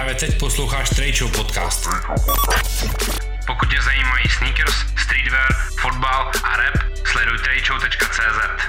Právě teď posloucháš Trade Show podcast. Pokud tě zajímají sneakers, streetwear, fotbal a rap, sleduj tradeshow.cz.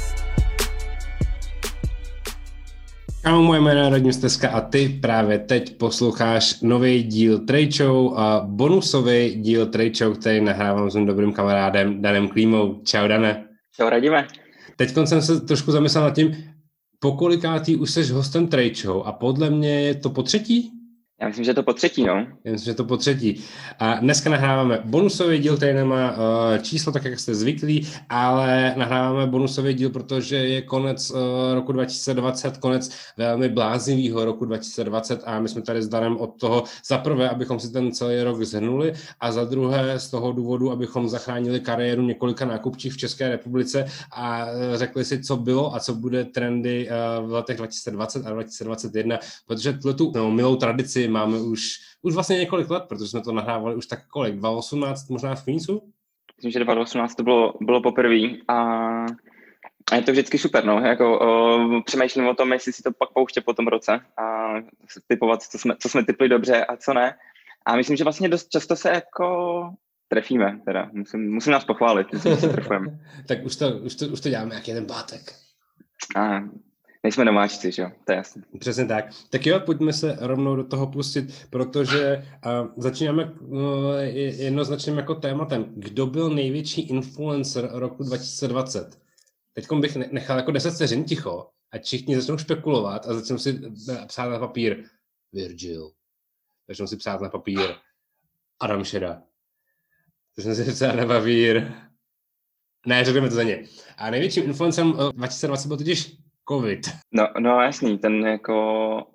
Čau, moje jméno je Radim Steska a ty právě teď posloucháš nový díl Trade Show a bonusový díl Trade Show, který nahrávám s mým dobrým kamarádem Danem Klímou. Čau, Dane. Čau, Radime. Teď jsem se trošku zamyslel nad tím, pokolikátý už jsi hostem Trade Show a podle mě je to po třetí? Já myslím, že je to po třetí, no. Já myslím, že je to po třetí. A dneska nahráváme bonusový díl, který nemá číslo, tak jak jste zvyklí, ale nahráváme bonusový díl, protože je konec roku 2020, konec velmi bláznivého roku 2020 a my jsme tady s Danem od toho za prvé, abychom si ten celý rok zhrnuli a za druhé z toho důvodu, abychom zachránili kariéru několika nákupčích v České republice a řekli si, co bylo a co bude trendy v letech 2020 a 2021, protože tu milou tradici máme už vlastně několik let, protože jsme to nahrávali už tak kolik, 2018 možná v Queensu? Myslím, že 2018 to bylo poprvé a je to vždycky super, no, jako přemýšlím o tom, jestli si to pak pouště po tom roce a typovat, co jsme typli dobře a co ne. A myslím, že vlastně dost často se jako trefíme, teda musím nás pochválit, myslím, že se trefujeme. Tak už to děláme, jaký je ten pátek. Nejsme domáčci, že jo, to je jasné. Přesně tak. Tak jo, pojďme se rovnou do toho pustit, protože začínáme jednoznačným jako tématem. Kdo byl největší influencer roku 2020? Teďkom bych nechal jako 10 vteřin ticho, ať všichni začnou špekulovat a začnou si psát na papír Virgil. Začnou si psát na papír Adam Šeda. Začnou si psát na papír... Ne, řekneme to za ně. A největším influencerem 2020 byl totiž COVID. No jasný, ten jako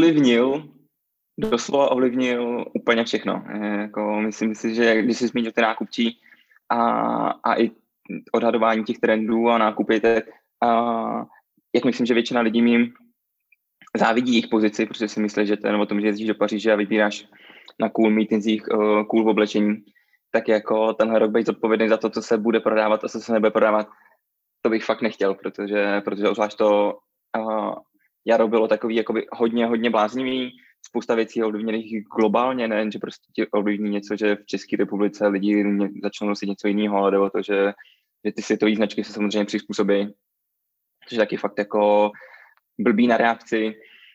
doslova ovlivnil úplně všechno. Jako myslím si, že když jsi zmínil ty nákupčí a i odhadování těch trendů a nákupy, tak jak myslím, že většina lidí jim závidí jejich pozici, protože si myslí, že ten o tom, že jezdíš do Paříže a vybíráš na cool meetingsích cool v oblečení, tak jako tenhle rok být zodpovědný za to, co se bude prodávat a co se nebude prodávat, to bych fakt nechtěl, protože zvlášť to jaro bylo takový jakoby hodně bláznivý, spousta věcí ovlivněných globálně, nejen, že prostě ti ovlivní něco, že v České republice lidi začnou nosit něco jiného, ale jde o to, že ty světové značky se samozřejmě přizpůsobí, což je taky fakt jako blbý na reakci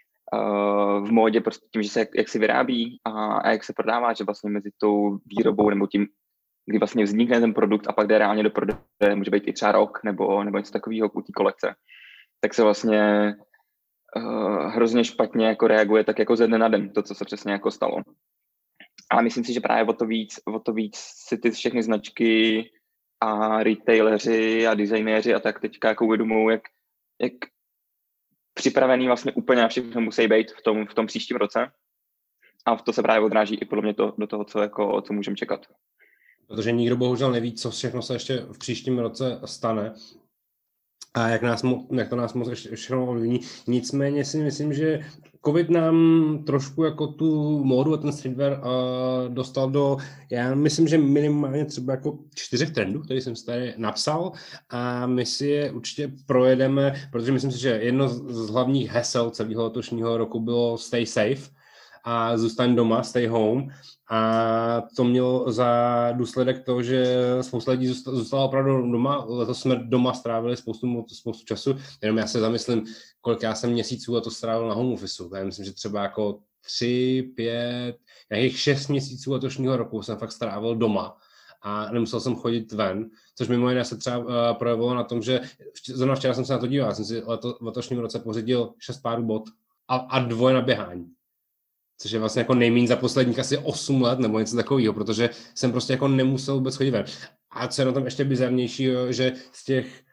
v módě, prostě tím, že se jak se vyrábí a jak se prodává, že vlastně mezi tou výrobou nebo tím, kdy vlastně vznikne ten produkt a pak jde reálně do prodeje, může být i třeba rok nebo něco takového u té kolekce, tak se vlastně hrozně špatně jako reaguje tak jako ze dne na den, to, co se přesně jako stalo. Ale myslím si, že právě o to víc si ty všechny značky a retaileři a designéři a tak teďka jako uvědomují, jak připravený vlastně úplně na všechno musí být v tom příštím roce. A to se právě odráží i podle mě do toho, co můžeme čekat. Protože nikdo bohužel neví, co všechno se ještě v příštím roce stane a jak to nás moc ještě všechno ovlivní. Nicméně si myslím, že COVID nám trošku jako tu módu a ten streetwear dostal já myslím, že minimálně třeba jako 4 trendů, který jsem si tady napsal a my si je určitě projedeme, protože myslím si, že jedno z hlavních hesel celého letošního roku bylo stay safe a zůstaň doma, stay home. A to mělo za důsledek to, že spousta lidí zůstala opravdu doma. Letos jsme doma strávili spoustu času. Jenom já se zamyslím, kolik já jsem měsíců a to strávil na home officeu. Já myslím, že třeba jako 3, 5, nějakých 6 měsíců letošního roku jsem fakt strávil doma. A nemusel jsem chodit ven, což mimo jiné se třeba projevilo na tom, že zrovna včera jsem se na to díval. Já jsem si v letošním roce pořídil 6 párů bot a 2 na běhání. Což je vlastně jako nejméně za posledních asi 8 let nebo něco takového, protože jsem prostě jako nemusel vůbec chodit ven. A co je na tom ještě bizarnější, že z těch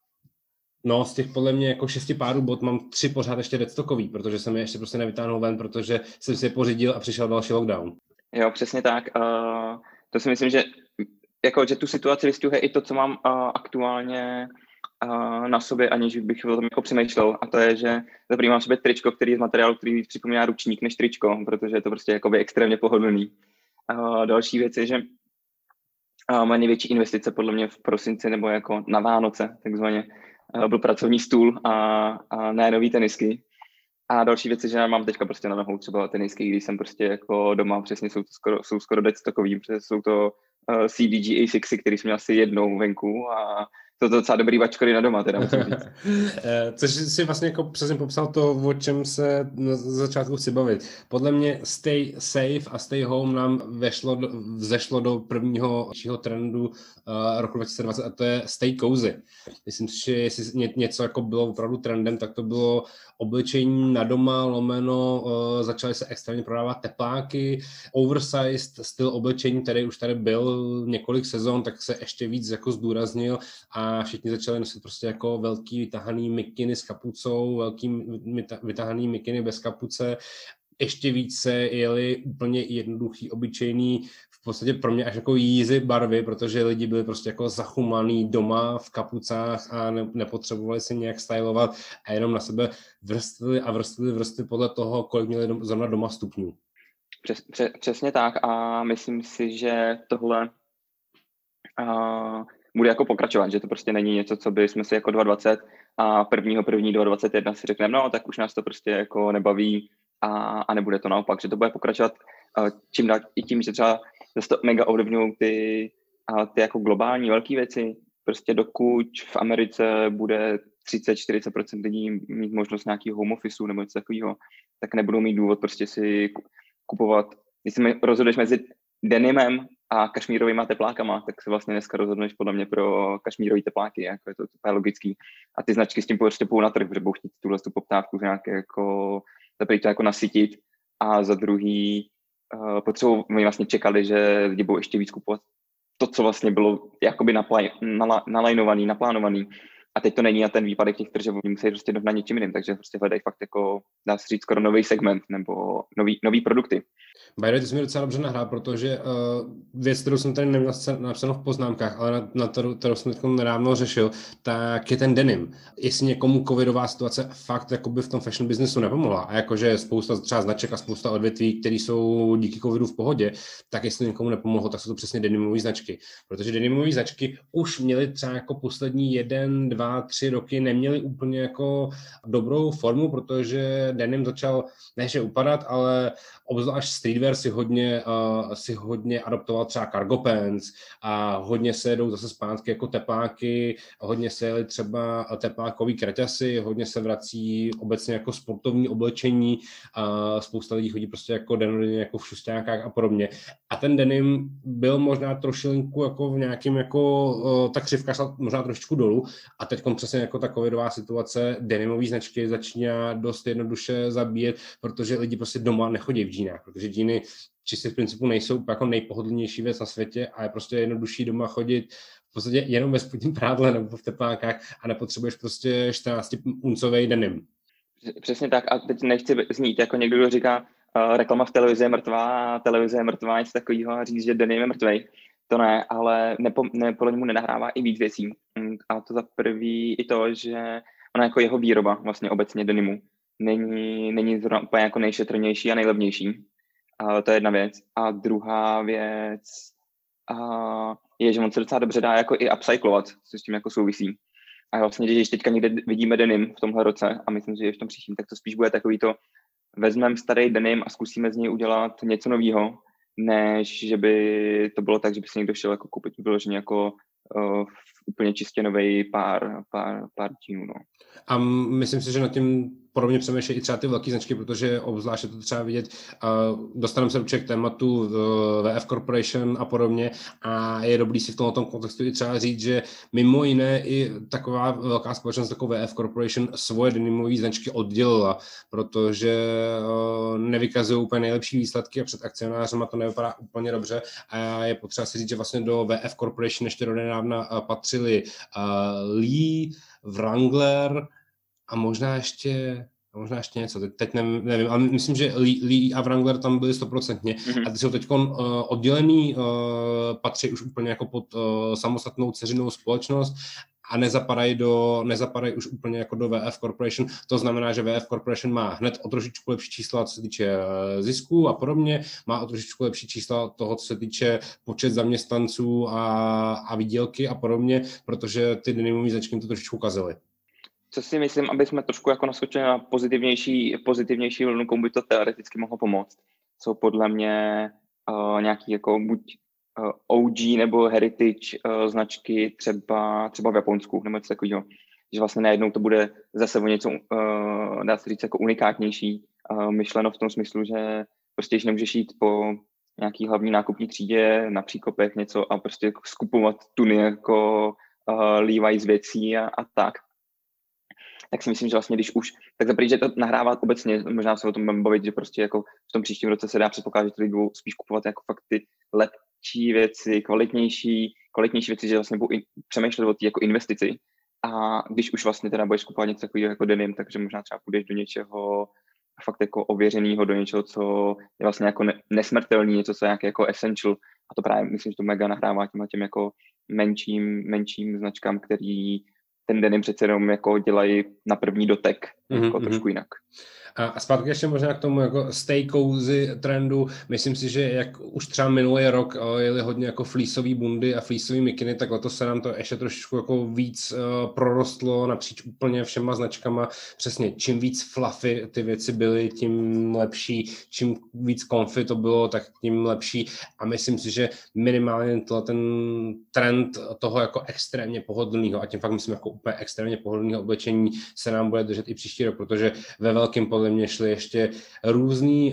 podle mě jako 6 párů bot mám 3 pořád ještě deadstockový, protože jsem je ještě prostě nevytáhnul ven, protože jsem si je pořídil a přišel další lockdown. Jo, přesně tak. To si myslím, že tu situaci vystihuje i to, co mám aktuálně na sobě, aniž bych o tom jako přemýšlel, a to je, že dobrý, mám sobě tričko, který je z materiálu, který víc připomíná ručník než tričko, protože je to prostě jakoby extrémně pohodlný. Další věc je, že má největší investice podle mě v prosinci nebo jako na Vánoce, takzvaně, byl pracovní stůl a ne nový tenisky. A další věc je, že mám teďka prostě na nohou třeba tenisky, když jsem prostě jako doma, přesně jsou skoro deadstockový, protože jsou to CDG A6, který jsem měl asi jednou venku a to docela dobrý bačkory na doma, teda musím říct. Což si vlastně jako přesně popsal to, o čem se na začátku chci bavit. Podle mě stay safe a stay home nám vzešlo do prvního trendu roku 2020 a to je stay cozy. Myslím si, že jestli něco jako bylo opravdu trendem, tak to bylo oblečení na doma, lomeno, začaly se extrémně prodávat tepláky, oversized styl oblečení, který už tady byl několik sezon, tak se ještě víc jako zdůraznil a všichni začali nosit prostě jako velký vytahaný mikiny s kapucou, velký vytahaný mikiny bez kapuce. Ještě více jeli úplně jednoduchý, obyčejný, v podstatě pro mě až jako jízy barvy, protože lidi byli prostě jako zachumaný doma v kapucách a nepotřebovali si nějak stylovat a jenom na sebe vrstvili podle toho, kolik měli zrovna doma stupňů. Přesně tak a myslím si, že tohle bude jako pokračovat, že to prostě není něco, co by jsme si jako 2020 a 1.1.2021 si řekneme, no tak už nás to prostě jako nebaví a nebude to naopak, že to bude pokračovat čím dál i tím, že třeba zase to mega ovlivňují ty jako globální velké věci, prostě dokud v Americe bude 30-40% lidí mít možnost nějakého home officeu nebo něco takového, tak nebudou mít důvod prostě si kupovat, když si rozhodneš mezi denimem a kašmírovými teplákama, tak se vlastně dneska rozhodneš podle mě pro kašmírové tepláky, jako je to úplně logický. A ty značky s tím prostě půjdou na trh, protože budou chtít tu poptávku nějaké jako, to jako nasytit a za druhý my vlastně čekali, že lidi budou ještě víc kupovat to, co vlastně bylo jakoby nalajnovaný, naplánovaný. A teď to není a ten výpadek těch tržeb, oni musí prostě na něčím jiným, takže prostě hledají fakt jako, dá se říct, skoro nový segment nebo nový produkty. By the way, ty jsi mi docela dobře nahrál, protože věc, kterou jsem tady neměl napsanou v poznámkách, ale na kterou jsem teď nedávno řešil, tak je ten denim. Jestli někomu covidová situace fakt jakoby v tom fashion businessu nepomohla a jakože spousta třeba značek a spousta odvětví, které jsou díky covidu v pohodě, tak jestli někomu nepomohlo, tak jsou to přesně denimové značky. Protože denimové značky už měly třeba jako poslední 1, 2, 3 roky neměly úplně jako dobrou formu, protože denim začal než upadat, ale obzvlášť streetwear si hodně adoptoval třeba cargo pants a hodně se jedou zase zpátky jako tepláky, hodně se jeli třeba teplákový kraťasy, hodně se vrací obecně jako sportovní oblečení a spousta lidí chodí prostě jako dennodenně jako v šustákách a podobně. A ten denim byl možná trošilinku jako v nějakým jako ta křivka šla možná trošičku dolů a teď přesně jako ta covidová situace denimový značky začíná dost jednoduše zabíjet, protože lidi prostě doma nechodí v džínách, protože džíny čistě v principu nejsou jako nejpohodlnější věc na světě a je prostě jednodušší doma chodit v podstatě jenom ve spodním prádle nebo v teplákách a nepotřebuješ prostě 14-uncovej denim. Přesně tak a teď nechci znít jako někdo, kdo říká reklama v televizi je mrtvá a televize je mrtvá, něco takového a říct, že denim je mrtvej. To ne, ale podle němu nenahrává i víc věcí. A to za prvý i to, že ona jako jeho výroba vlastně obecně denimu není zrovna úplně jako nejšetrnější a nejlevnější. To je jedna věc. A druhá věc je, že on se docela dobře dá jako i upcyclovat, co s tím jako souvisí. A vlastně, když teďka někde vidíme denim v tomhle roce a myslím, že je v tom příštím, tak to spíš bude takový to, vezmeme starý denim a zkusíme z něj udělat něco nového, než že by to bylo tak, že by se někdo šel jako koupit vyloženě jako úplně čistě nový pár džínů. No. A myslím si, že nad tím podobně přemýšlí i třeba ty velké značky, protože obzvlášť je to třeba vidět, dostaneme se určitě k tématu VF Corporation a podobně a je dobrý si v tomto kontextu i třeba říct, že mimo jiné i taková velká společnost jako VF Corporation svoje denimové značky oddělila, protože nevykazují úplně nejlepší výsledky a před akcionářema to nevypadá úplně dobře a je potřeba si říct, že vlastně do VF Corporation ještě do nedávna patřili Lee, Wrangler a možná ještě něco, teď nevím, ale myslím, že Lee a Wrangler tam byli 100%. A ty jsou teď oddělený, patří už úplně jako pod samostatnou dceřinou společnost a nezapadají už úplně jako do VF Corporation. To znamená, že VF Corporation má hned o trošičku lepší čísla, co se týče zisku a podobně, má o trošičku lepší čísla toho, co se týče počet zaměstnanců a výdělky a podobně, protože ty denimové značky to trošičku kazily. co si myslím, aby jsme trošku jako naskočili na pozitivnější vlnu, komu by to teoreticky mohlo pomoct, jsou podle mě nějaký jako buď OG nebo heritage značky třeba v Japonsku nebo něco takového. Že vlastně najednou to bude zase o něco, dá se říct, jako unikátnější, myšleno v tom smyslu, že prostě když nemůžeš jít po nějaký hlavní nákupní třídě na příkopech něco a prostě skupovat tuny jako Levi's věcí a tak si myslím, že vlastně když už, tak za že to nahrává obecně, možná se o tom budeme bavit, že prostě jako v tom příštím roce se dá předpokládat, že lidi budou spíš kupovat jako fakt ty lepší věci, kvalitnější věci, že vlastně budou přemýšlet o té jako investici. A když už vlastně teda budeš kupovat něco takového jako denim, takže možná třeba půjdeš do něčeho fakt jako ověřenýho, do něčeho, co je vlastně jako nesmrtelný, něco, co je nějaké jako essential. A to právě myslím, že to mega nahrává těm jako menším značkám, který ten denim přece jenom jako dělají na první dotek jako trošku jinak. A zpátky ještě možná k tomu jako stay cozy trendu. Myslím si, že jak už třeba minulý rok jeli hodně jako fleeceový bundy a fleeceový mikiny, tak letos se nám to ještě trošičku jako víc prorostlo napříč úplně všema značkama. Přesně, čím víc fluffy ty věci byly, tím lepší, čím víc comfy to bylo, tak tím lepší. A myslím si, že minimálně ten trend toho jako extrémně pohodlného, a tím fakt myslím jako úplně extrémně pohodlného oblečení se nám bude držet i příští rok, protože ve velkém podle mě šly ještě různé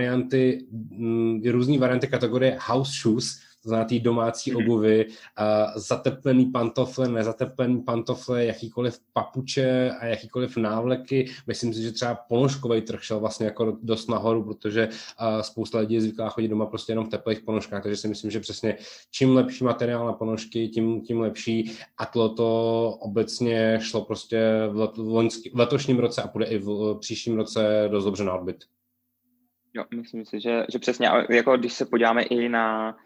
varianty kategorie house shoes, to znamená té domácí obuvy, zateplený pantofle, nezateplený pantofle, jakýkoliv papuče a jakýkoliv návleky. Myslím si, že třeba ponožkový trh šel vlastně jako dost nahoru, protože spousta lidí zvyklá chodit doma prostě jenom v teplých ponožkách, takže si myslím, že přesně čím lepší materiál na ponožky, tím lepší, a to obecně šlo prostě v letošním roce a půjde i v příštím roce dost dobře na odbyt. Jo, myslím si, že přesně, jako když se podíváme i na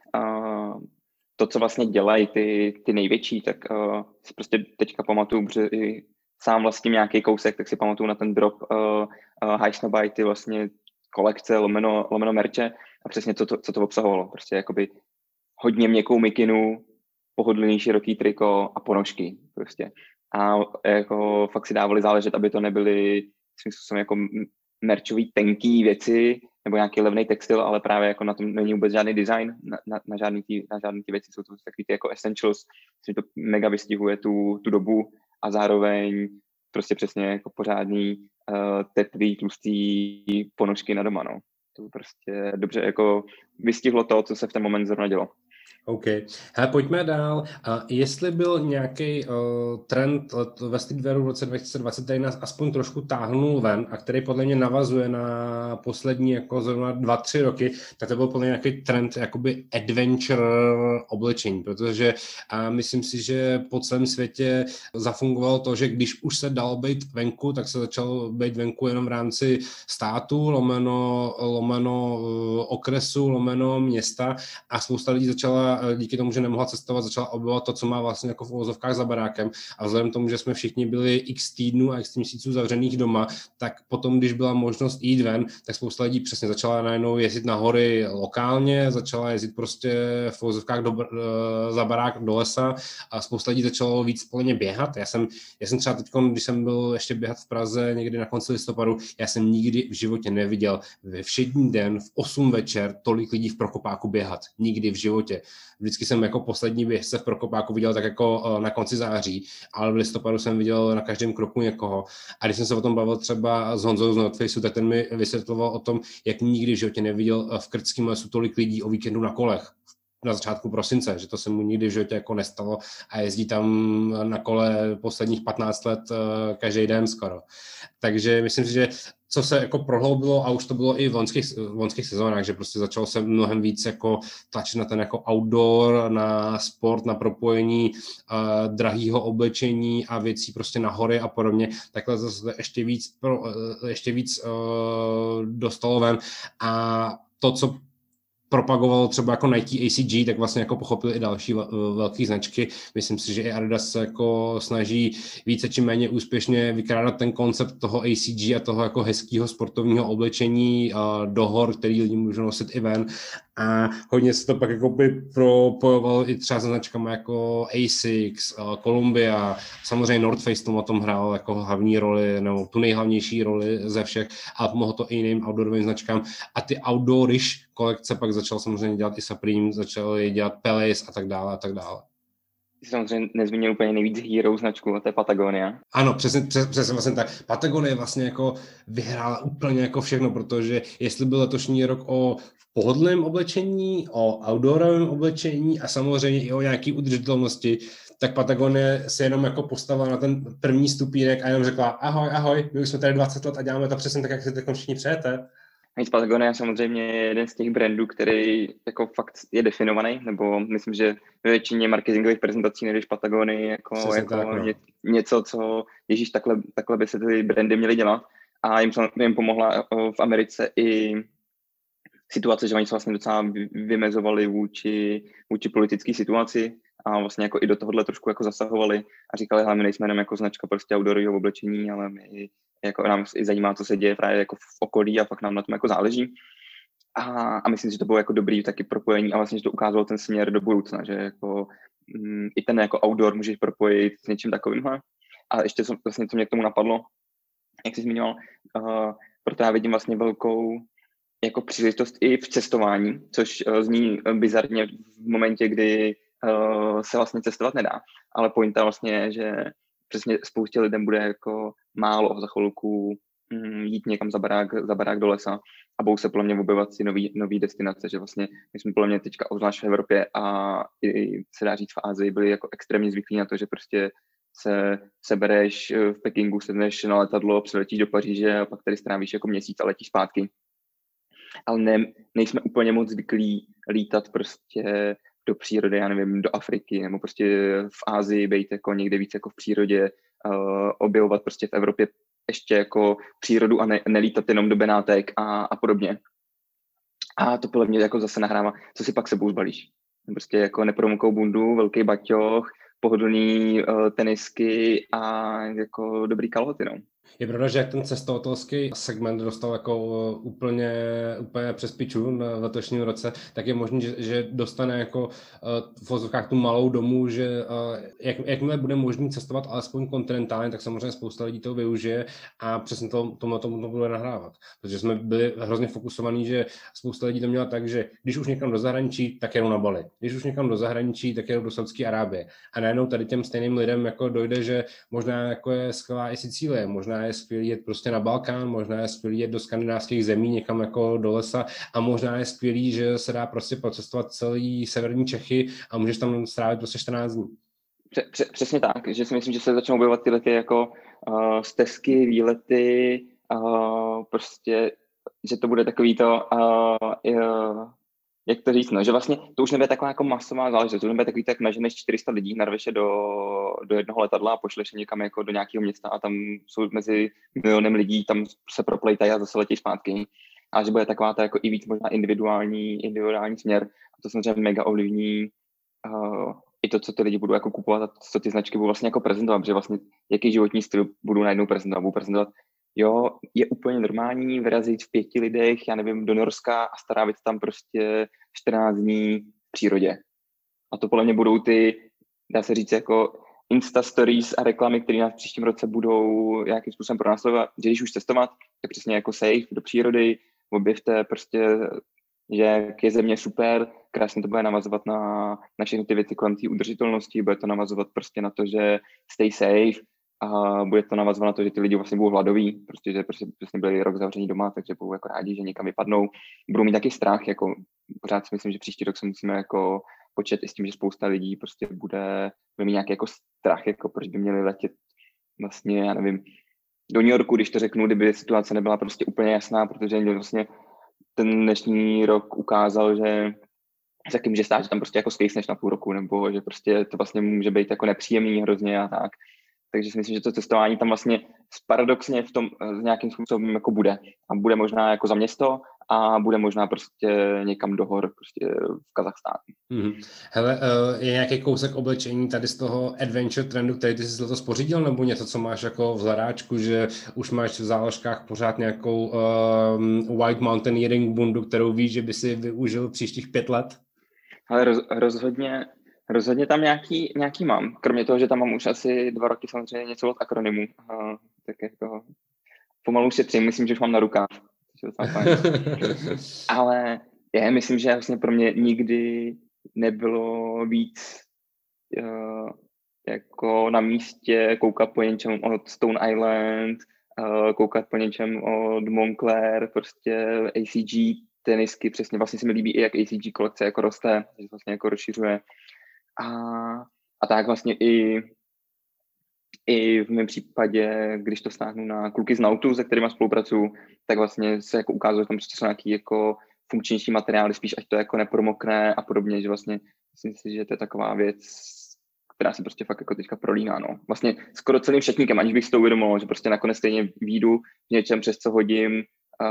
to, co vlastně dělají ty největší, tak si prostě teďka pamatuju, protože i sám vlastním nějaký kousek, tak si pamatuju na ten drop Highsnobiety vlastně kolekce lomeno merče a přesně co to obsahovalo. Prostě jakoby hodně měkkou mikinu, pohodlný široký triko a ponožky prostě. A jako fakt si dávali záležet, aby to nebyly svým způsobem jako merčový tenký věci, nebo nějaký levný textil, ale právě jako na tom není vůbec žádný design, na žádný ty věci jsou to takový ty jako essentials, že to mega vystihuje tu dobu a zároveň prostě přesně jako pořádný teplý, tlustý ponožky na doma, no. To prostě dobře jako vystihlo to, co se v ten moment zrovna dělo. OK. Hele, pojďme dál. Jestli byl nějaký trend ve streetwearu v roce 2020, který nás aspoň trošku táhnul ven a který podle mě navazuje na poslední jako zrovna 2-3 roky, tak to byl podle mě nějaký trend jakoby adventure oblečení, protože myslím si, že po celém světě zafungovalo to, že když už se dalo být venku, tak se začalo být venku jenom v rámci státu, lomeno okresu, lomeno města, a spousta lidí začala díky tomu, že nemohla cestovat, začala objevovat to, co má vlastně jako v uvozovkách za barákem, a vzhledem k tomu, že jsme všichni byli x týdnů a x měsíců zavřených doma, tak potom, když byla možnost jít ven, tak spousta lidí přesně začala najednou jezdit na hory lokálně, začala jezdit prostě v uvozovkách za barák do lesa, a spousta lidí začalo víc společně běhat. Já jsem třeba teď, když jsem byl ještě běhat v Praze někdy na konci listopadu, já jsem nikdy v životě neviděl ve všední den v 8 večer tolik lidí v Prokopáku běhat. Nikdy v životě. Vždycky jsem jako poslední běžce v Prokopáku viděl tak jako na konci září, ale v listopadu jsem viděl na každém kroku někoho. A když jsem se o tom bavil třeba s Honzou z Northfaceu, tak ten mi vysvětloval o tom, jak nikdy v životě neviděl v Krtském lesu tolik lidí o víkendu na kolech na začátku prosince, že to se mu nikdy v životě jako nestalo, a jezdí tam na kole posledních 15 let každý den skoro. Takže myslím si, že co se jako prohloubilo, a už to bylo i v loňských sezónách, že prostě začalo se mnohem víc jako tlačit na ten jako outdoor, na sport, na propojení drahýho oblečení a věcí prostě na hory a podobně, takhle zase ještě víc dostalo ven. A to, co propagoval třeba jako Nike ACG, tak vlastně jako pochopil i další velké značky. Myslím si, že i Adidas se jako snaží více či méně úspěšně vykrádat ten koncept toho ACG a toho jako hezkého sportovního oblečení do hor, který lidi můžou nosit i ven. A hodně se to pak jako by propojovalo i třeba se značkama jako Asics, Columbia, samozřejmě North Face tomu o tom hrál jako hlavní roli, nebo tu nejhlavnější roli ze všech, ale pomohlo to i jiným outdoorovým značkám. A ty outdoorish kolekce pak začal samozřejmě dělat i Supreme, začal je dělat Palace a tak dále a tak dále. Samozřejmě nezmínil úplně nejvíc hero značku, a to je Patagonia. Ano, přesně vlastně tak. Patagonie vlastně jako vyhrála úplně jako všechno, protože jestli byl letošní rok o pohodlném oblečení, o outdoorovém oblečení a samozřejmě i o nějaký udržitelnosti, tak Patagonie se jenom jako postavila na ten první stupínek a jenom řekla ahoj, my už jsme tady 20 let a děláme to přesně tak, jak si teď všichni přejete. Nic Patagonia samozřejmě je jeden z těch brandů, který jako fakt je definovaný, nebo myslím, že ve většině marketingových prezentací nejdeš Patagonii jako tak, no. něco, co ježíš, takhle by se ty brandy měly dělat. A jim pomohla v Americe i situace, že oni se vlastně docela vymezovali vůči politické situaci a vlastně jako i do tohohle trošku jako zasahovali a říkali, hele, my nejsme jenom jako značka prostě outdoorového oblečení, ale my jako nám i zajímá, co se děje právě jako v okolí a fakt nám na tom jako záleží. A myslím, že to bylo jako dobrý taky propojení a vlastně, že to ukázalo ten směr do budoucna, že jako i ten jako outdoor můžeš propojit s něčím takovýmhle. A ještě vlastně, co mě k tomu napadlo, jak jsi zmiňoval, proto já vidím vlastně velkou jako příležitost i v cestování, což zní bizarně v momentě, kdy se vlastně cestovat nedá. Ale pointa vlastně je, že přesně spoustě lidem bude jako málo za chvilku jít někam za barák do lesa a budou se podle mě objevovat si nový destinace, že vlastně my jsme podle mě teďka obzvlášť v Evropě a i se dá říct v Asii byli jako extrémně zvyklí na to, že prostě se sebereš v Pekingu, sedneš na letadlo, přiletíš do Paříže a pak tady strávíš jako měsíc a letíš zpátky. Ale nejsme úplně moc zvyklí lítat prostě do přírody, já nevím, do Afriky, nebo prostě v Asii být jako někde víc jako v přírodě, objevovat prostě v Evropě ještě jako přírodu a nelítat jenom do Benátek a podobně. A to podle mě jako zase nahrává, co si pak sebou zbalíš. Prostě jako nepromkou bundu, velký baťoch, pohodlný tenisky a jako dobrý kalhoty, no. Je pravda, že jak ten cestovatelský segment dostal jako úplně přes piču v letošním roce, tak je možný, že dostane jako v vozovkách tu malou domů, že jakmile bude možný cestovat alespoň kontinentálně, tak samozřejmě spousta lidí to využije a přesně tomu bude nahrávat. Protože jsme byli hrozně fokusovaní, že spousta lidí to měla tak, že když už někam do zahraničí, tak jedou na Bali. Když už někam do zahraničí, tak jedou do Saudské Arábie. A najednou tady těm stejným lidem jako dojde, že možná jako je skvělá i Sicílie, možná je skvělý jet prostě na Balkán, možná je skvělý jet do skandinávských zemí, někam jako do lesa a možná je skvělý, že se dá prostě procestovat celý severní Čechy a můžeš tam strávit prostě 14 dní. Přesně tak, že si myslím, že se začnou objevovat tyhle ty jako stezky, výlety, prostě, že to bude takový to, jak to říct, no, že vlastně to už nebude taková jako masová záležitost, to už nebude takový tak naženeš 400 lidí, narveš je do jednoho letadla a pošleš je někam jako do nějakého města a tam jsou mezi milionem lidí, tam se proplejtají a zase letí zpátky. A že bude taková ta jako i víc možná individuální směr. A to samozřejmě mega ovlivní i to, co ty lidi budou jako kupovat a co ty značky budou vlastně jako prezentovat, protože vlastně jaký životní styl budou najednou prezentovat. Budou prezentovat, jo, je úplně normální vyrazit v 5 lidech, já nevím, do Norska a strávit tam prostě 14 dní v přírodě. A to podle mě budou ty, dá se říct, jako Insta stories a reklamy, které nás v příštím roce budou nějakým způsobem pronásledovat. Že když už cestovat, tak přesně jako safe, do přírody, objevte prostě, že je země super, krásně to bude navazovat na všechny ty věci kolem té udržitelnosti, bude to navazovat prostě na to, že stay safe a bude to navazovat na to, že ty lidi vlastně budou hladoví, prostě, že prostě byli rok zavření doma, takže budou jako rádi, že někam vypadnou. Budou mít taky strach, jako pořád si myslím, že příští rok se musíme jako počít i s tím, že spousta lidí prostě bude mít nějaký jako strach, jako proč by měli letět vlastně, já nevím, do New Yorku, když to řeknu, kdyby situace nebyla prostě úplně jasná, protože vlastně ten dnešní rok ukázal, že se taky může stát, že tam prostě jako skejsneš na půl roku, nebo že prostě to vlastně může být jako nepříjemný hrozně a tak. Takže si myslím, že to cestování tam vlastně paradoxně v tom nějakým způsobem jako bude. A bude možná jako za město, a bude možná prostě někam do hor, prostě v Kazachstánu. Hele, je nějaký kousek oblečení tady z toho adventure trendu, který ty jsi letos pořídil, nebo něco, co máš jako v zaráčku, že už máš v záložkách pořád nějakou White Mountaineering bundu, kterou víš, že by si využil příštích 5 let? Ale rozhodně tam nějaký mám. Kromě toho, že tam mám už asi 2 roky samozřejmě něco od akronymu. Tak jako pomalu šetřím, myslím, že už mám na rukáv. Ale myslím, že vlastně pro mě nikdy nebylo víc jako na místě koukat po něčem od Stone Island, koukat po něčem od Moncler, prostě ACG tenisky, přesně vlastně se mi líbí i jak ACG kolekce jako roste, že vlastně jako rozšiřuje. A tak vlastně i v mém případě, když to stáhnu na kluky z Nautu, se kterými spolupracuju, tak vlastně se jako ukázalo, že tam prostě jsou nějaký jako funkčnější materiály, spíš ať to jako nepromokne a podobně, že vlastně myslím si, že to je taková věc, která se prostě fakt jako teďka prolíná, no. Vlastně skoro celým šatníkem, aniž bych si to uvědomil, že prostě nakonec stejně výjdu v něčem, přes co hodím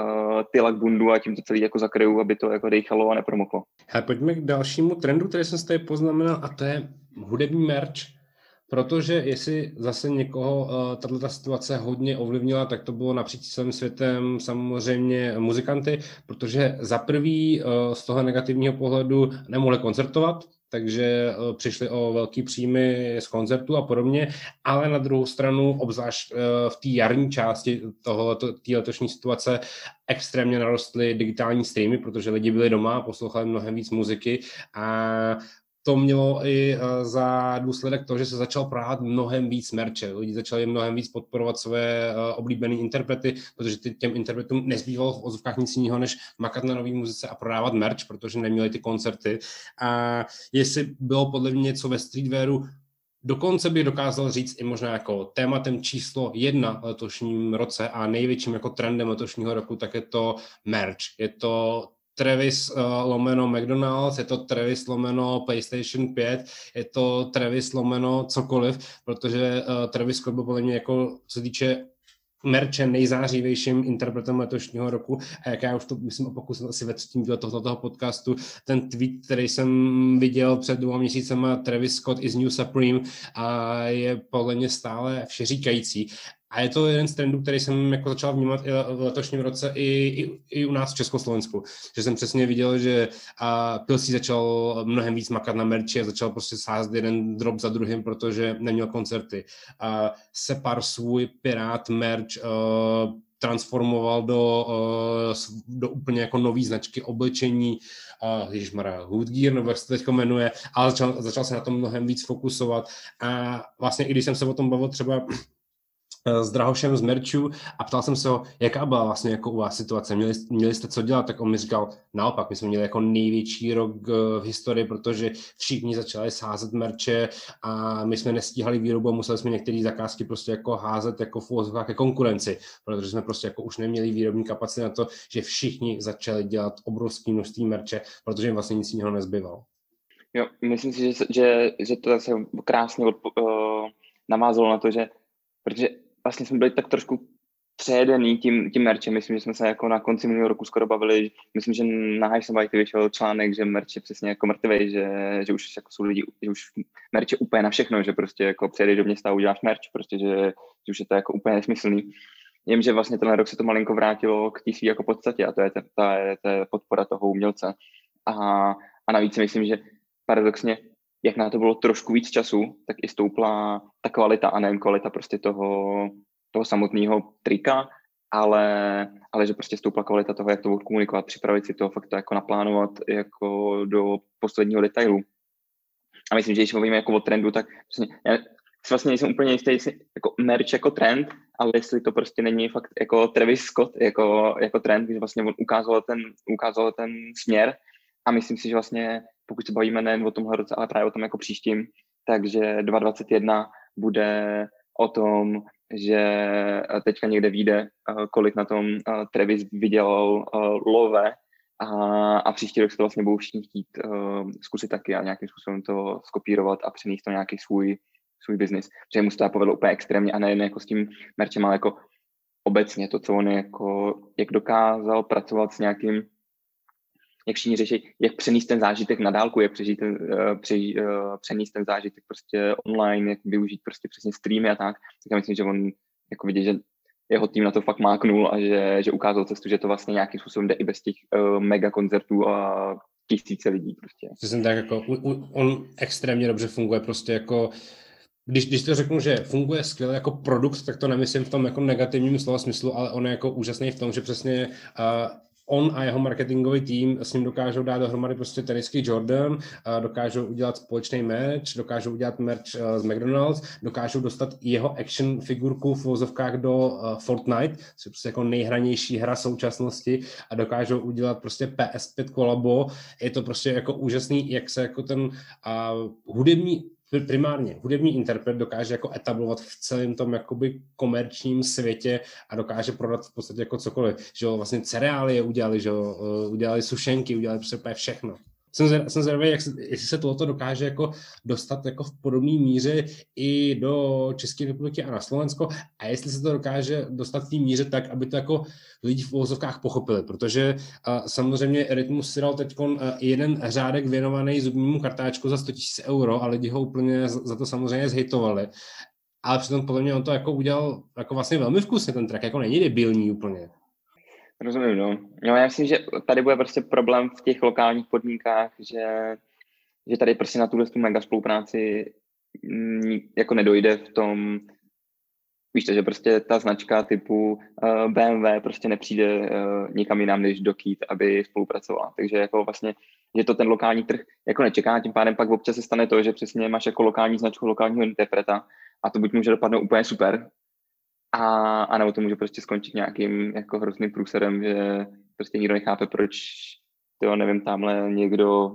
tylak bundu a tím to celý jako zakryju, aby to jako dejchalo a nepromoklo. A pojďme k dalšímu trendu, který jsem si tady poznamenal, a to je hudební merch. Protože jestli zase někoho tato situace hodně ovlivnila, tak to bylo napříč celým světem samozřejmě muzikanty, protože za prvý z toho negativního pohledu nemohli koncertovat, takže přišli o velký příjmy z koncertu a podobně, ale na druhou stranu, obzvlášť v té jarní části té letošní situace, extrémně narostly digitální streamy, protože lidi byli doma, poslouchali mnohem víc muziky a to mělo i za důsledek toho, že se začal prodávat mnohem víc merče. Lidi začali mnohem víc podporovat své oblíbené interprety, protože těm interpretům nezbývalo v ozvukách nic jiného, než makat na nový muzice a prodávat merch, protože neměli ty koncerty. A jestli bylo podle mě něco ve streetwearu, dokonce bych dokázal říct i možná jako tématem číslo 1 letošním roce a největším jako trendem letošního roku, tak je to merch. Je to Travis lomeno McDonald's, je to Travis lomeno PlayStation 5, je to Travis lomeno cokoliv, protože Travis Scott byl podle mě jako, co týče merče nejzářivějším interpretem letošního roku a jak já už to myslím pokusím asi ve 3. díle tohoto podcastu, ten tweet, který jsem viděl před 2 měsícema, Travis Scott is new supreme, a je podle mě stále všeříkající. A je to jeden z trendů, který jsem jako začal vnímat i v letošním roce i u nás v Československu. Že jsem přesně viděl, že Pilsí začal mnohem víc makat na merči a začal prostě sázet jeden drop za druhým, protože neměl koncerty. Separ svůj Pirát merch transformoval do úplně jako nový značky oblečení, ježišmarja, Hoodgear, nebo jak se to teďko jmenuje, ale začal se na tom mnohem víc fokusovat. A vlastně i když jsem se o tom bavil třeba s Drahošem z merču a ptal jsem se ho, jaká byla vlastně jako u vás situace, měli jste co dělat, tak on mi říkal, naopak, my jsme měli jako největší rok v historii, protože všichni začali sázet merče a my jsme nestíhali výrobu a museli jsme některé zakázky prostě jako házet jako v uvozovkách ke konkurenci, protože jsme prostě jako už neměli výrobní kapacity na to, že všichni začali dělat obrovské množství merče, protože jim vlastně nic jiného nezbyvalo. Jo, myslím si, že to zase krásně navázalo na to, že protože vlastně jsme byli tak trošku přejedený tím merčem. Myslím, že jsme se jako na konci minulého roku skoro bavili. Myslím, že na High Society vyšel článek, že merč je přesně jako mrtvej, že už jako jsou lidi, že už merč je úplně na všechno, že prostě jako přijedeš do města a uděláš merč, prostě, že už je to jako úplně nesmyslný. Vím, že vlastně tenhle rok se to malinko vrátilo k té svý jako podstatě a to je ta podpora toho umělce. A navíc si myslím, že paradoxně, jak na to bylo trošku víc času, tak i stoupla ta kvalita a nejen kvalita prostě toho samotného trika, ale že prostě stoupla kvalita toho, jak to budu komunikovat, připravit si to, fakt to jako naplánovat jako do posledního detailu. A myslím, že když mluvíme jako o trendu, tak já vlastně nejsem úplně jistý, jestli jako merch jako trend, ale jestli to prostě není fakt jako Travis Scott jako trend, když vlastně on ukázal ten směr a myslím si, že vlastně pokud se bavíme nejen o tomhle roce, ale právě o tom jako příštím, takže 2021 bude o tom, že teďka někde vyjde, kolik na tom Travis vydělal love a příští rok se to vlastně budou všichni chtít zkusit taky a nějakým způsobem to skopírovat a přenést to nějaký svůj biznis. Protože mu se to povedlo úplně extrémně a nejen jako s tím merčem, ale jako obecně to, co on jako, jak dokázal pracovat s nějakým, jak všichni řeší, jak přenést ten zážitek na dálku, jak přenést ten zážitek prostě online, jak využít prostě přesně streamy a tak já myslím, že on jako vidět, že jeho tým na to fakt máknul a že ukázal cestu, že to vlastně nějakým způsobem jde i bez těch mega koncertů a tisíce lidí prostě. Přesně tak, jako on extrémně dobře funguje prostě jako když to řeknu, že funguje skvěle jako produkt, tak to nemyslím v tom jako negativním slova smyslu, ale on je jako úžasný v tom, že přesně on a jeho marketingový tým s ním dokážou dát dohromady prostě tenisky Jordan, dokážou udělat společný merch, dokážou udělat merch z McDonald's, dokážou dostat jeho action figurku v vozovkách do Fortnite, což je prostě jako nejhranější hra současnosti a dokážou udělat prostě PS5 kolabo. Je to prostě jako úžasný, jak se jako ten primárně hudební interpret dokáže jako etablovat v celém tom jakoby komerčním světě a dokáže prodat v podstatě jako cokoliv. Že jo, vlastně cereálie udělali, že jo, udělali sušenky, udělali prostě všechno. Jsem zvědavý, jestli se tohoto dokáže jako dostat jako v podobné míře i do České republiky a na Slovensko a jestli se to dokáže dostat v té míře tak, aby to jako lidi v uvozovkách pochopili, protože samozřejmě Rytmus si dal teď jeden řádek věnovaný zubnímu kartáčku za 100 000 euro a lidi ho úplně za to samozřejmě zhejtovali. Ale přitom podle mě on to jako udělal jako vlastně velmi vkusně, ten track, jako není debilní úplně. Rozumím, no. No já myslím, že tady bude prostě problém v těch lokálních podmínkách, že tady prostě na tuhle mega spolupráci jako nedojde v tom, víš to, že prostě ta značka typu BMW prostě nepřijde nikam jinam než do Kít, aby spolupracovala. Takže jako vlastně, že to ten lokální trh jako nečeká, tím pádem pak občas se stane to, že přesně máš jako lokální značku lokálního interpreta a to buď může dopadnout úplně super, a nebo to může prostě skončit nějakým jako hrozným průserem, že prostě nikdo nechápe, proč to nevím, tamhle někdo,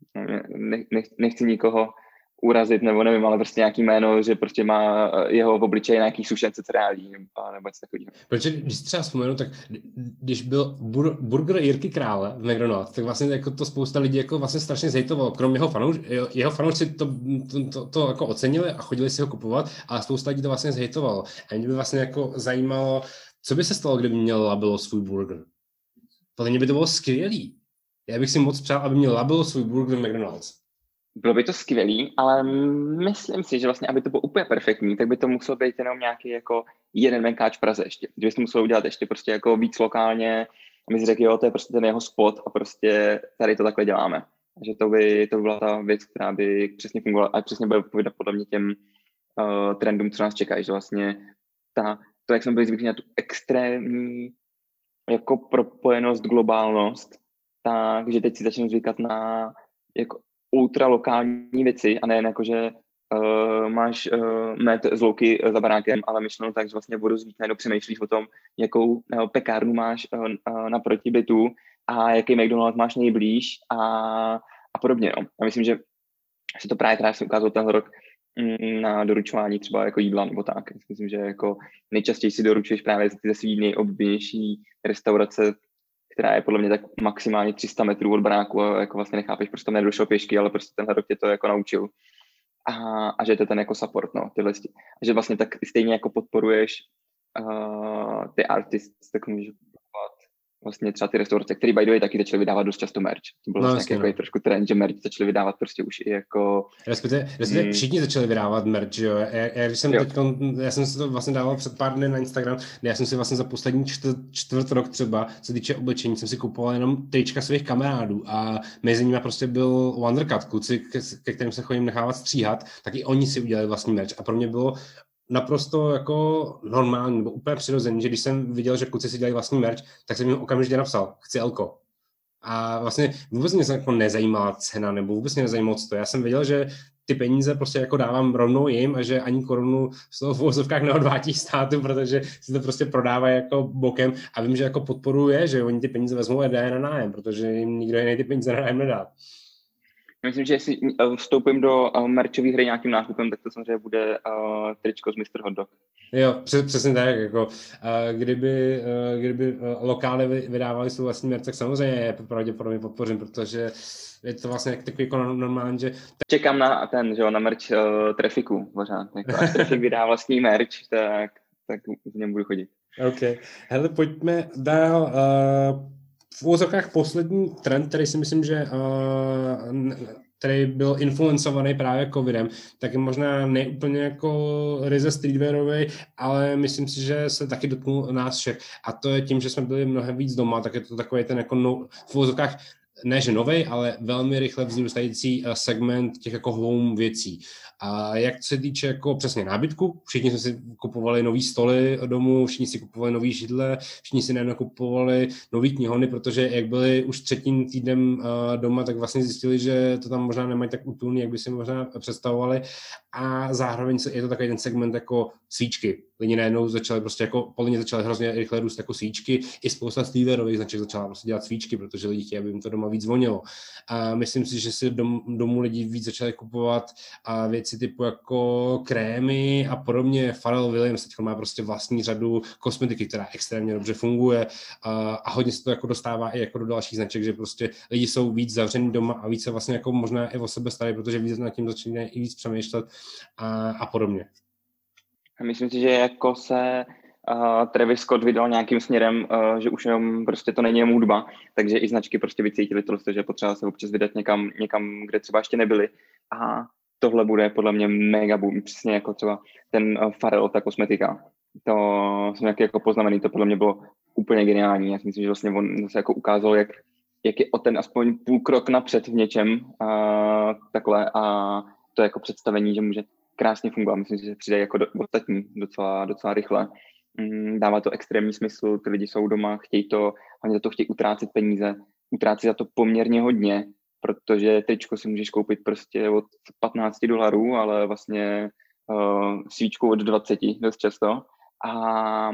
nechci nikoho urazit, nebo nevím, ale prostě nějaký jméno, že prostě má jeho v obličeji nějaký sušence cereálí, nebo něco takového. Protože když si třeba vzpomenu, tak když byl burger Jirky Krále v McDonald's, tak vlastně jako to spousta lidí jako vlastně strašně zhejtovalo, kromě jeho fanoušci to jako ocenili a chodili si ho kupovat, ale spousta lidí to vlastně zhejtovalo. A mě by vlastně jako zajímalo, co by se stalo, kdyby měl Labelo svůj burger. Podle mě by to bylo skvělý. Já bych si moc přál, aby měl Labelo svůj burger v McDonald's. Bylo by to skvělý, ale myslím si, že vlastně, aby to bylo úplně perfektní, tak by to muselo být jenom nějaký jako jeden venkáč v Praze ještě. Kdyby to muselo udělat ještě prostě jako víc lokálně a my si řekli, jo, to je prostě ten jeho spot a prostě tady to takhle děláme. Že to by byla ta věc, která by přesně fungovala a přesně bude odpovídat podle mě těm trendům, co nás čekají, že vlastně to, jak jsme byli zvyklí na tu extrémní jako propojenost, globálnost, takže teď si začneme zvykat na jako ultralokální věci a nejen jako, že máš med z louky za barákem, ale myšleno tak, že vlastně vodu zvík najednou přemýšlíš o tom, jakou pekárnu máš naproti bytu a jaký McDonald's máš nejblíž a podobně. No. A myslím, že se to právě krásně ukázalo tenhle rok na doručování třeba jako jídla nebo tak. Myslím, že jako nejčastěji si doručuješ právě ze svý nejoblíbenější restaurace, která je podle mě tak maximálně 300 metrů od baráku a jako vlastně nechápeš, proč tam nedošel pěšky, ale prostě tenhle rok tě to jako naučil. A že je to ten jako support, no, tyhle. A že vlastně tak stejně jako podporuješ ty artists, tak můžeš vlastně třeba ty restaurace, které by the way taky začaly vydávat dost často merch. To bylo vlastně jako trošku trend, že merch začaly vydávat prostě už i jako... Respektive všichni začali vydávat merch, jo. Já jsem si to vlastně dával před pár dny na Instagram, kde já jsem si vlastně za poslední čtvrt rok třeba, co týče oblečení, jsem si kupoval jenom trička svých kamarádů a mezi nimi prostě byl Wondercat, kluci, ke kterým se chodím nechávat stříhat, tak i oni si udělali vlastní merch a pro mě bylo naprosto jako normální, nebo úplně přirozený, že když jsem viděl, že kluci si dělají vlastní merch, tak jsem jim okamžitě napsal, chci Elko. A vlastně vůbec mě jako nezajímala cena, nebo vůbec mě nezajímalo co to. Já jsem věděl, že ty peníze prostě jako dávám rovnou jim a že ani korunu z toho v uvozovkách neodvátí státu, protože si to prostě prodávají jako bokem a vím, že jako podporuje, že oni ty peníze vezmou a dají na nájem, protože jim nikdo jiný ty peníze na nájem nedá. Myslím, že jestli vstoupím do merchových hry nějakým nákupem, tak to samozřejmě bude tričko z Mr. Hot Dog. Jo, přesně tak, jako kdyby lokály vydávali svůj vlastní merch, tak samozřejmě pravděpodobně podpořím, protože je to vlastně takový jako normální, že... Čekám na ten, že jo, na merch Trafiku pořád. Jako, až Trafik vydá vlastní merch, tak v něm budu chodit. OK. Hele, pojďme dál. V úvozovkách poslední trend, který si myslím, že který byl influencovaný právě covidem, tak je možná neúplně jako ryze streetwearový, ale myslím si, že se taky dotknul nás všech. A to je tím, že jsme byli mnohem víc doma, tak je to takový ten jako v úvozovkách ne, že novej, ale velmi rychle vzrůstající segment těch jako home věcí. A jak se týče jako přesně nábytku, všichni jsme si kupovali nový stoly domů, všichni si kupovali nový židle, všichni si najednou kupovali nový knihony, protože jak byli už třetím týdnem doma, tak vlastně zjistili, že to tam možná nemají tak útulný, jak by si možná představovali. A zároveň je to takový ten segment jako svíčky. Lidi najednou začali prostě jako, podle mě začaly hrozně rychle růst jako svíčky. I spousta streetwearových značek začala prostě dělat svíčky, protože lidi chtějí, aby jim to doma víc vonilo. A myslím si, že si domů lidi víc začali kupovat věci typu jako krémy a podobně. Pharrell Williams teď má prostě vlastní řadu kosmetiky, která extrémně dobře funguje a hodně se to jako dostává i jako do dalších značek, že prostě lidi jsou víc zavřený doma a víc se vlastně jako možná i o sebe starají, protože víc nad tím začínají i víc přemýšlet a podobně. Myslím si, že jako se Travis Scott vydal nějakým směrem, že už jenom prostě to není jen hudba, takže i značky prostě vycítili to, že potřeba se občas vydat někam, kde třeba ještě nebyli. A tohle bude podle mě mega boom, přesně jako třeba ten Pharrell, ta kosmetika. To jsem nějaký jako poznamený, to podle mě bylo úplně geniální. Já si myslím, že vlastně on se jako ukázal, jak je o ten aspoň půl krok napřed v něčem takhle a to jako představení, že může krásně fungovat. Myslím, že se přidají jako ostatní docela rychle. Dává to extrémní smysl, ty lidi jsou doma, oni za to chtějí utrácet peníze, utrácí za to poměrně hodně, protože tričko si můžeš koupit prostě od $15, ale vlastně svíčku od 20 dost často a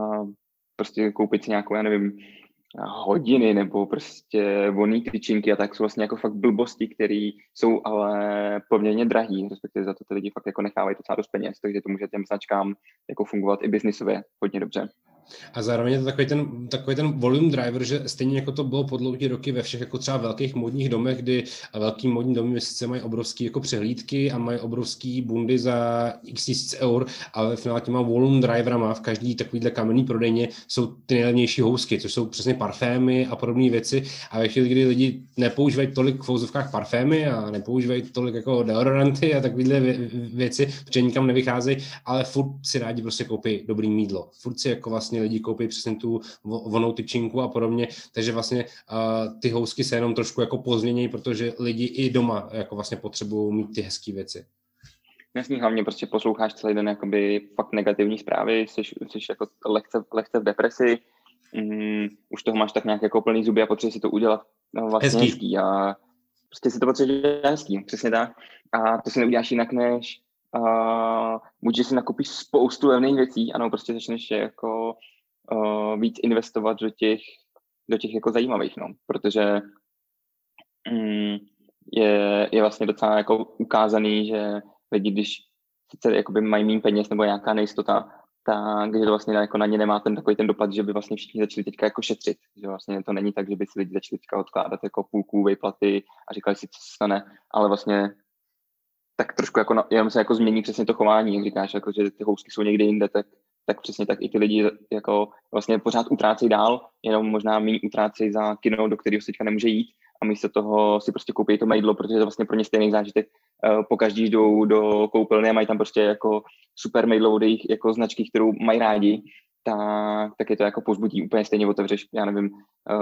prostě koupit si nějakou, já nevím, hodiny nebo prostě voný tyčinky a tak jsou vlastně jako fakt blbosti, které jsou ale poměrně drahý, respektive za to ty lidi fakt jako nechávají docela dost peněz, takže to může těm značkám jako fungovat i biznisově hodně dobře. A zároveň je to takový ten volume driver, že stejně jako to bylo po dlouhé roky ve všech jako třeba velkých modních domech, kdy velký modní domy sice mají obrovský jako přehlídky a mají obrovský bundy za x tisíc eur, ale v finále těma volume driverama v každý takovýhle kamenný prodejně jsou ty nejlevnější housky, což jsou přesně parfémy a podobné věci. A ve chvíli, kdy lidi nepoužívají tolik v fouzovkách parfémy a nepoužívají tolik jako deodoranty a takovéhle věci, protože nikam nevycházejí, ale furt si rádi prostě koupí dobrý mýdlo. Furt si jako vlastně lidi koupí přesně tu vonou tyčinku a podobně, takže vlastně ty housky se jenom trošku jako pozměnějí, protože lidi i doma jako vlastně potřebují mít ty hezké věci. Jasně, hlavně prostě posloucháš celý den jakoby fakt negativní zprávy, jsi jako lehce v depresi, už toho máš tak nějak jako plný zuby a potřebuješ si to udělat vlastně hezký a prostě si to potřebuješ hezký, přesně tak. A to si neuděláš jinak než buď, že si nakoupíš spoustu levných věcí, ano, prostě začneš jako víc investovat do těch jako zajímavých, no, protože je vlastně docela jako ukázaný, že lidi, když sice jakoby mají méně peněz nebo nějaká nejistota, takže to vlastně jako na ně nemá takový ten dopad, že by vlastně všichni začali teďka jako šetřit, že vlastně to není tak, že by si lidi začali teďka odkládat jako půlku výplaty a říkali si, co se stane, ale vlastně tak trošku jako jenom se jako změní přesně to chování, jak říkáš, jako, že ty housky jsou někde jinde, tak přesně tak i ty lidi jako vlastně pořád utrácejí dál, jenom možná méně utrácejí za kino, do kterého se teďka nemůže jít a místo toho si prostě koupí to mejdlo, protože to vlastně pro ně stejný zážitek. Pokaždý jdou do koupelny a mají tam prostě jako super mejdlo od jejich jako značky, kterou mají rádi, tak je to jako povzbudí, úplně stejně otevřeš, já nevím,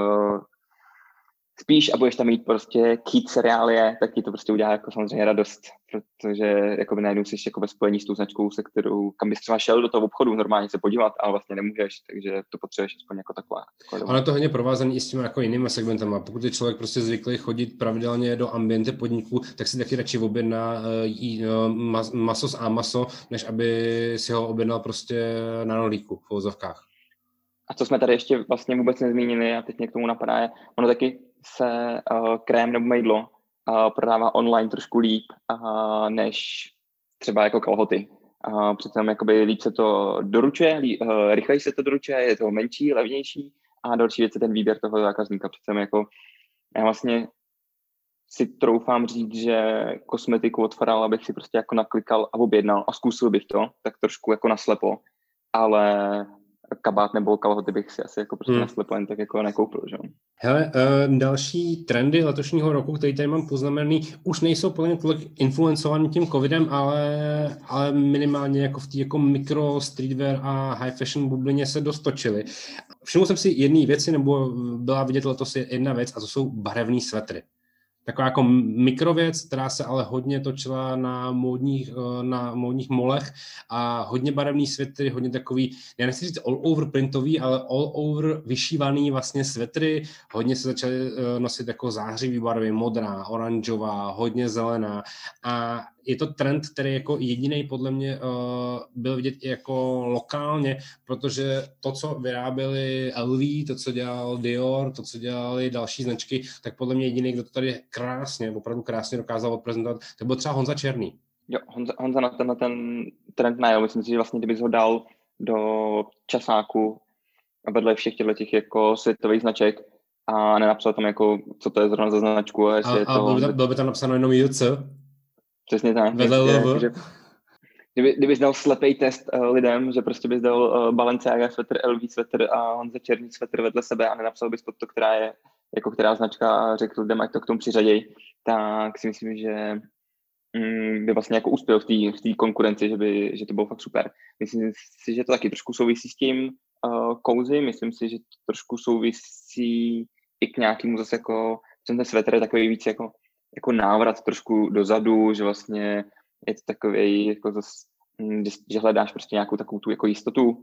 spíš a budeš tam mít prostě kýt seriálie, tak ti to prostě udělá jako samozřejmě radost, protože jakoby najednou jsi jako ve spojení s tou značkou, se kterou, kam bys třeba šel do toho obchodu normálně se podívat, ale vlastně nemůžeš, takže to potřebuješ aspoň jako takové. Ono to hodně provázaný i s těmi jako jinými segmentama. Pokud je člověk prostě zvyklý chodit pravidelně do ambiente podniku, tak si taky radši objedná maso z Amaso, než aby si ho objednal prostě na nolíku v uvozovkách. A co jsme tady ještě vlastně vůbec nezmínili a teď mě k tomu napadá je, ono taky se krém nebo mejdlo prodává online trošku líp, než třeba jako kalhoty. Přece jakoby líp se to doručuje, rychleji se to doručuje, je to menší, levnější a další věc je ten výběr toho zákazníka. Přece jako já vlastně si troufám říct, že kosmetiku od Pharrella bych si prostě jako naklikal a objednal a zkusil bych to, tak trošku jako naslepo, ale kabát nebo kalhoty bych si asi jako prostě naslepo jen tak jako nekoupil, že? Hele, další trendy letošního roku, který tady mám poznamenaný, už nejsou podle mě tolik influencovaný tím covidem, ale minimálně jako v té jako mikro, streetwear a high fashion bublině se dost točily. Všiml jsem si jedné věci, nebo byla vidět letos jedna věc, a to jsou barevné svetry. Taková jako mikrověc, která se ale hodně točila na módních molech a hodně barevný svetry, hodně takový, já nechci říct all over printový, ale all over vyšívaný vlastně svetry, hodně se začaly nosit jako zářivý barvy, modrá, oranžová, hodně zelená a je to trend, který jako jedinej podle mě byl vidět i jako lokálně, protože to, co vyráběli LV, to, co dělal Dior, to, co dělali další značky, tak podle mě jediný, kdo to tady krásně, opravdu krásně dokázal odprezentovat, to byl třeba Honza Černý. Jo, Honza na ten trend najel. Myslím si, že vlastně kdybys ho dal do časáku vedle všech těch jako světových značek a nenapsal tam jako, co to je zrovna za značku. A bylo by tam napsáno jenom JC? Přesně tak. Kdybys dal slepej test lidem, že prostě bys dal Balenciaga svetr, LV svetr a Honza Černý svetr vedle sebe a nenapsal bys pod to, která značka a řekl lidem, ať to k tomu přiřaděj, tak si myslím, že by vlastně jako uspěl v té konkurenci, že to bylo fakt super. Myslím si, že to taky trošku souvisí s tím cozy, myslím si, že to trošku souvisí i k nějakému zase jako, ten svetr je takový víc jako návrat trošku dozadu, že vlastně je to takový jako zase, že hledáš prostě nějakou takovou tu jako jistotu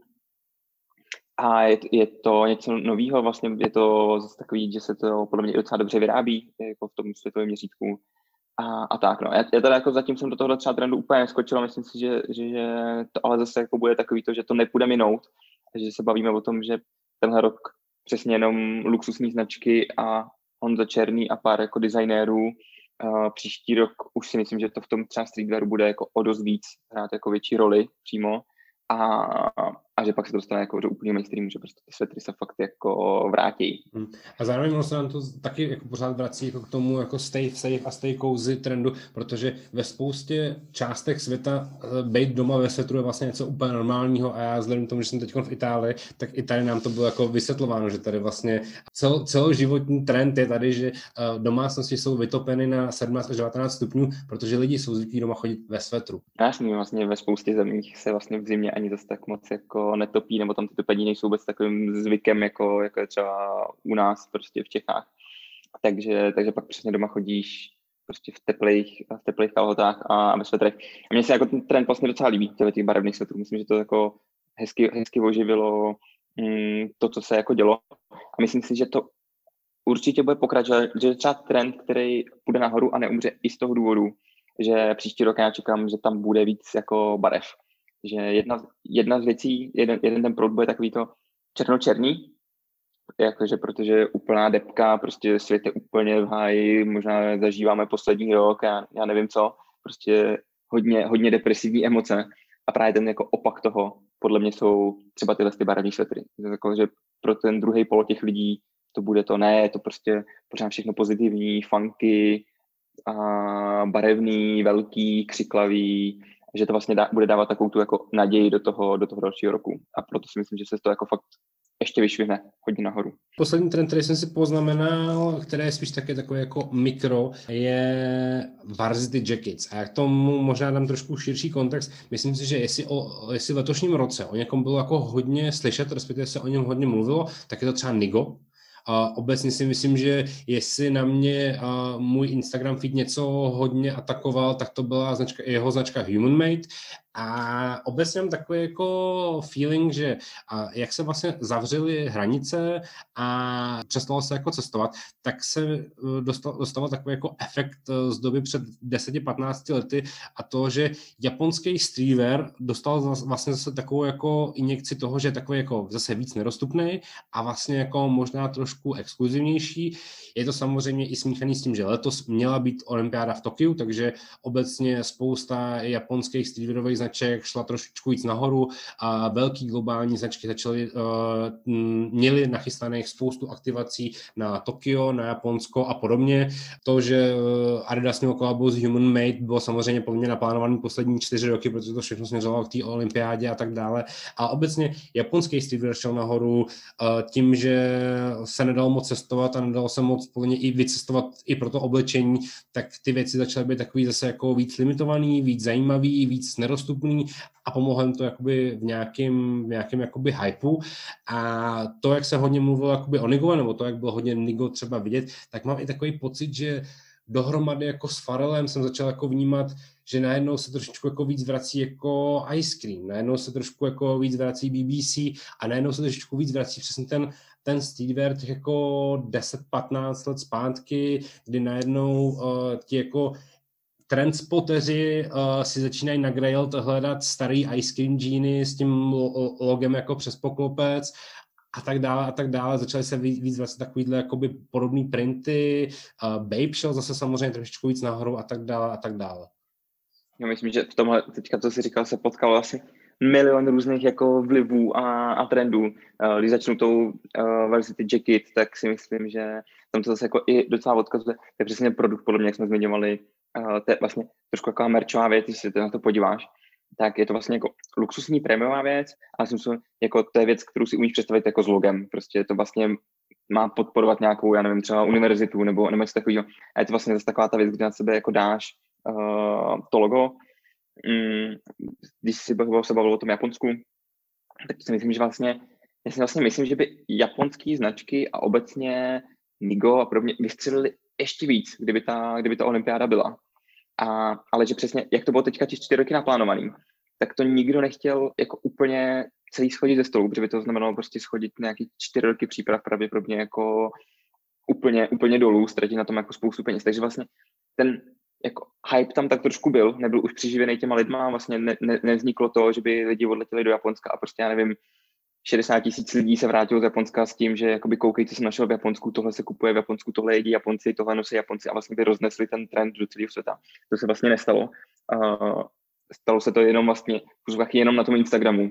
a je to něco novýho, vlastně je to zase takový, že se to podle mě docela dobře vyrábí jako v tom světovém měřítku. A tak, no. Já teda jako zatím jsem do tohohle třeba trendu úplně neskočil, myslím si, že to ale zase jako bude takový to, že to nepůjde minout, že se bavíme o tom, že tenhle rok přesně jenom luxusní značky a Honza Černý a pár jako designérů. Příští rok už si myslím, že to v tom třeba streetwearu bude jako o dost víc hrát jako větší roli přímo a že pak se to dostane jako do úplného mainstreamu, že prostě ty svetry se fakt jako vrátí. A zároveň se nám to taky jako pořád vrací jako k tomu jako stay safe a stay cozy trendu, protože ve spoustě částech světa být doma ve svetru je vlastně něco úplně normálního a já vzhledem k tomu, že jsem teď v Itálii, tak i tady nám to bylo jako vysvětlováno, že tady vlastně celoživotní trend je tady, že domácnosti jsou vytopeny na 17 až 19 stupňů, protože lidi jsou zvyklí doma chodit ve svetru. Jasně, vlastně ve spoustě zemích se vlastně v zimě ani zase tak moc jako netopí, nebo tam ty topení nejsou vůbec takovým zvykem, jako je třeba u nás prostě v Čechách. Takže pak přesně doma chodíš prostě v teplých kalhotách a ve svetrech. A mně se jako ten trend vlastně docela líbí, těch barevných svetrů. Myslím, že to jako hezky oživilo to, co se jako dělo. A myslím si, že to určitě bude pokračovat, že je třeba trend, který půjde nahoru a neumře i z toho důvodu, že příští rok já čekám, že tam bude víc jako barev. Že jedna z věcí, jeden ten proud bude takový to černočerný, jakože protože úplná depka, prostě svět je úplně v háji, možná zažíváme poslední rok, já nevím co, prostě hodně depresivní emoce a právě ten jako opak toho, podle mě jsou třeba tyhle barevné svetry. Jako, že pro ten druhý polo těch lidí to bude to, ne, je to prostě pořád všechno pozitivní, funky, a barevný, velký, křiklavý, že to vlastně bude dávat takovou tu jako naději do toho dalšího roku. A proto si myslím, že se to jako fakt ještě vyšvihne hodně nahoru. Poslední trend, který jsem si poznamenal, který je spíš taky takový jako mikro, je varsity jackets. A jak tomu možná dám trošku širší kontext, myslím si, že jestli v letošním roce o někom bylo jako hodně slyšet, respektive se o něm hodně mluvilo, tak je to třeba Nigo. Obecně si myslím, že jestli na mě můj Instagram feed něco hodně atakoval, tak to byla jeho značka Human Made. A obecně mám takový jako feeling, že jak se vlastně zavřely hranice a přestalo se jako cestovat, tak se dostal takový jako efekt z doby před 10-15 lety a to, že japonský streetwear dostal vlastně zase takovou jako injekci toho, že je takový jako zase víc nedostupný a vlastně jako možná trošku exkluzivnější. Je to samozřejmě i smíchaný s tím, že letos měla být olympiáda v Tokiu, takže obecně spousta japonských streetwearových značek šla trošičku víc nahoru a velký globální značky měly nachystaných spoustu aktivací na Tokio, na Japonsko a podobně. To, že Adidas měl kolabo s Human Made, bylo samozřejmě poměrně naplánovaný poslední 4 roky, protože to všechno směřovalo k té olympiádě a tak dále. A obecně japonský streetwear šel nahoru tím, že se nedalo moc cestovat a nedalo se moc plně i vycestovat i pro to oblečení, tak ty věci začaly být takový zase jako víc limitovaný, víc zajímavý, víc nedostupný a pomohlo jim to jakoby v nějakém jakoby hypeu. A to, jak se hodně mluvilo jakoby o Nigo, nebo to, jak bylo hodně Nigo třeba vidět, tak mám i takový pocit, že dohromady jako s Pharrellem jsem začal jako vnímat, že najednou se trošičku jako víc vrací jako Ice Cream, najednou se trošku jako víc vrací BBC a najednou se trošičku víc vrací přesně ten streetwear těch jako 10-15 let zpátky, kdy najednou ti jako trendspoteři si začínají na Grail hledat starý Ice Cream džíny s tím logem jako přes poklopec a tak dále. Začaly se víc vlastně takovýhle jakoby podobný printy. Babe šel zase samozřejmě trošičku víc nahoru a tak dále. Já myslím, že v tomhle teďka, co jsi říkal, se potkalo asi milion různých jako vlivů a trendů. Když začnu tou Varsity Jacket, tak si myslím, že tam to zase jako i docela odkazuje. To je přesně produkt, podle mě, jak jsme zmiňovali, to je vlastně trošku jako merchová věc, když se na to podíváš, tak je to vlastně jako luxusní prémiová věc, ale jsem jako to je věc, kterou si umíš představit jako s logem. Prostě to vlastně má podporovat nějakou, já nevím, třeba univerzitu nebo něco takového. A je to vlastně zase taková ta věc, kde na sebe jako dáš to logo. Když se bavilo o tom Japonsku, tak si myslím, že já si vlastně myslím, že by japonský značky a obecně Nigo a podobně vystřelili ještě víc, kdyby ta olympiáda byla. Ale že přesně, jak to bylo teďka 4 roky naplánovaný, tak to nikdo nechtěl jako úplně celý schodit ze stolu, protože by to znamenalo prostě schodit nějaký 4 roky příprav pravděpodobně jako úplně dolů, ztratit na tom jako spoustu peněz. Takže vlastně ten jako hype tam tak trošku nebyl už přiživený těma lidma, vlastně nevzniklo to, že by lidi odletěli do Japonska a prostě já nevím, 60 000 lidí se vrátilo z Japonska s tím, že jakoby koukej, co jsem našel v Japonsku, tohle se kupuje v Japonsku, tohle jedí Japonci, tohle nosí Japonci a vlastně by roznesli ten trend do celého světa. To se vlastně nestalo. Stalo se to jenom vlastně jenom na tom Instagramu.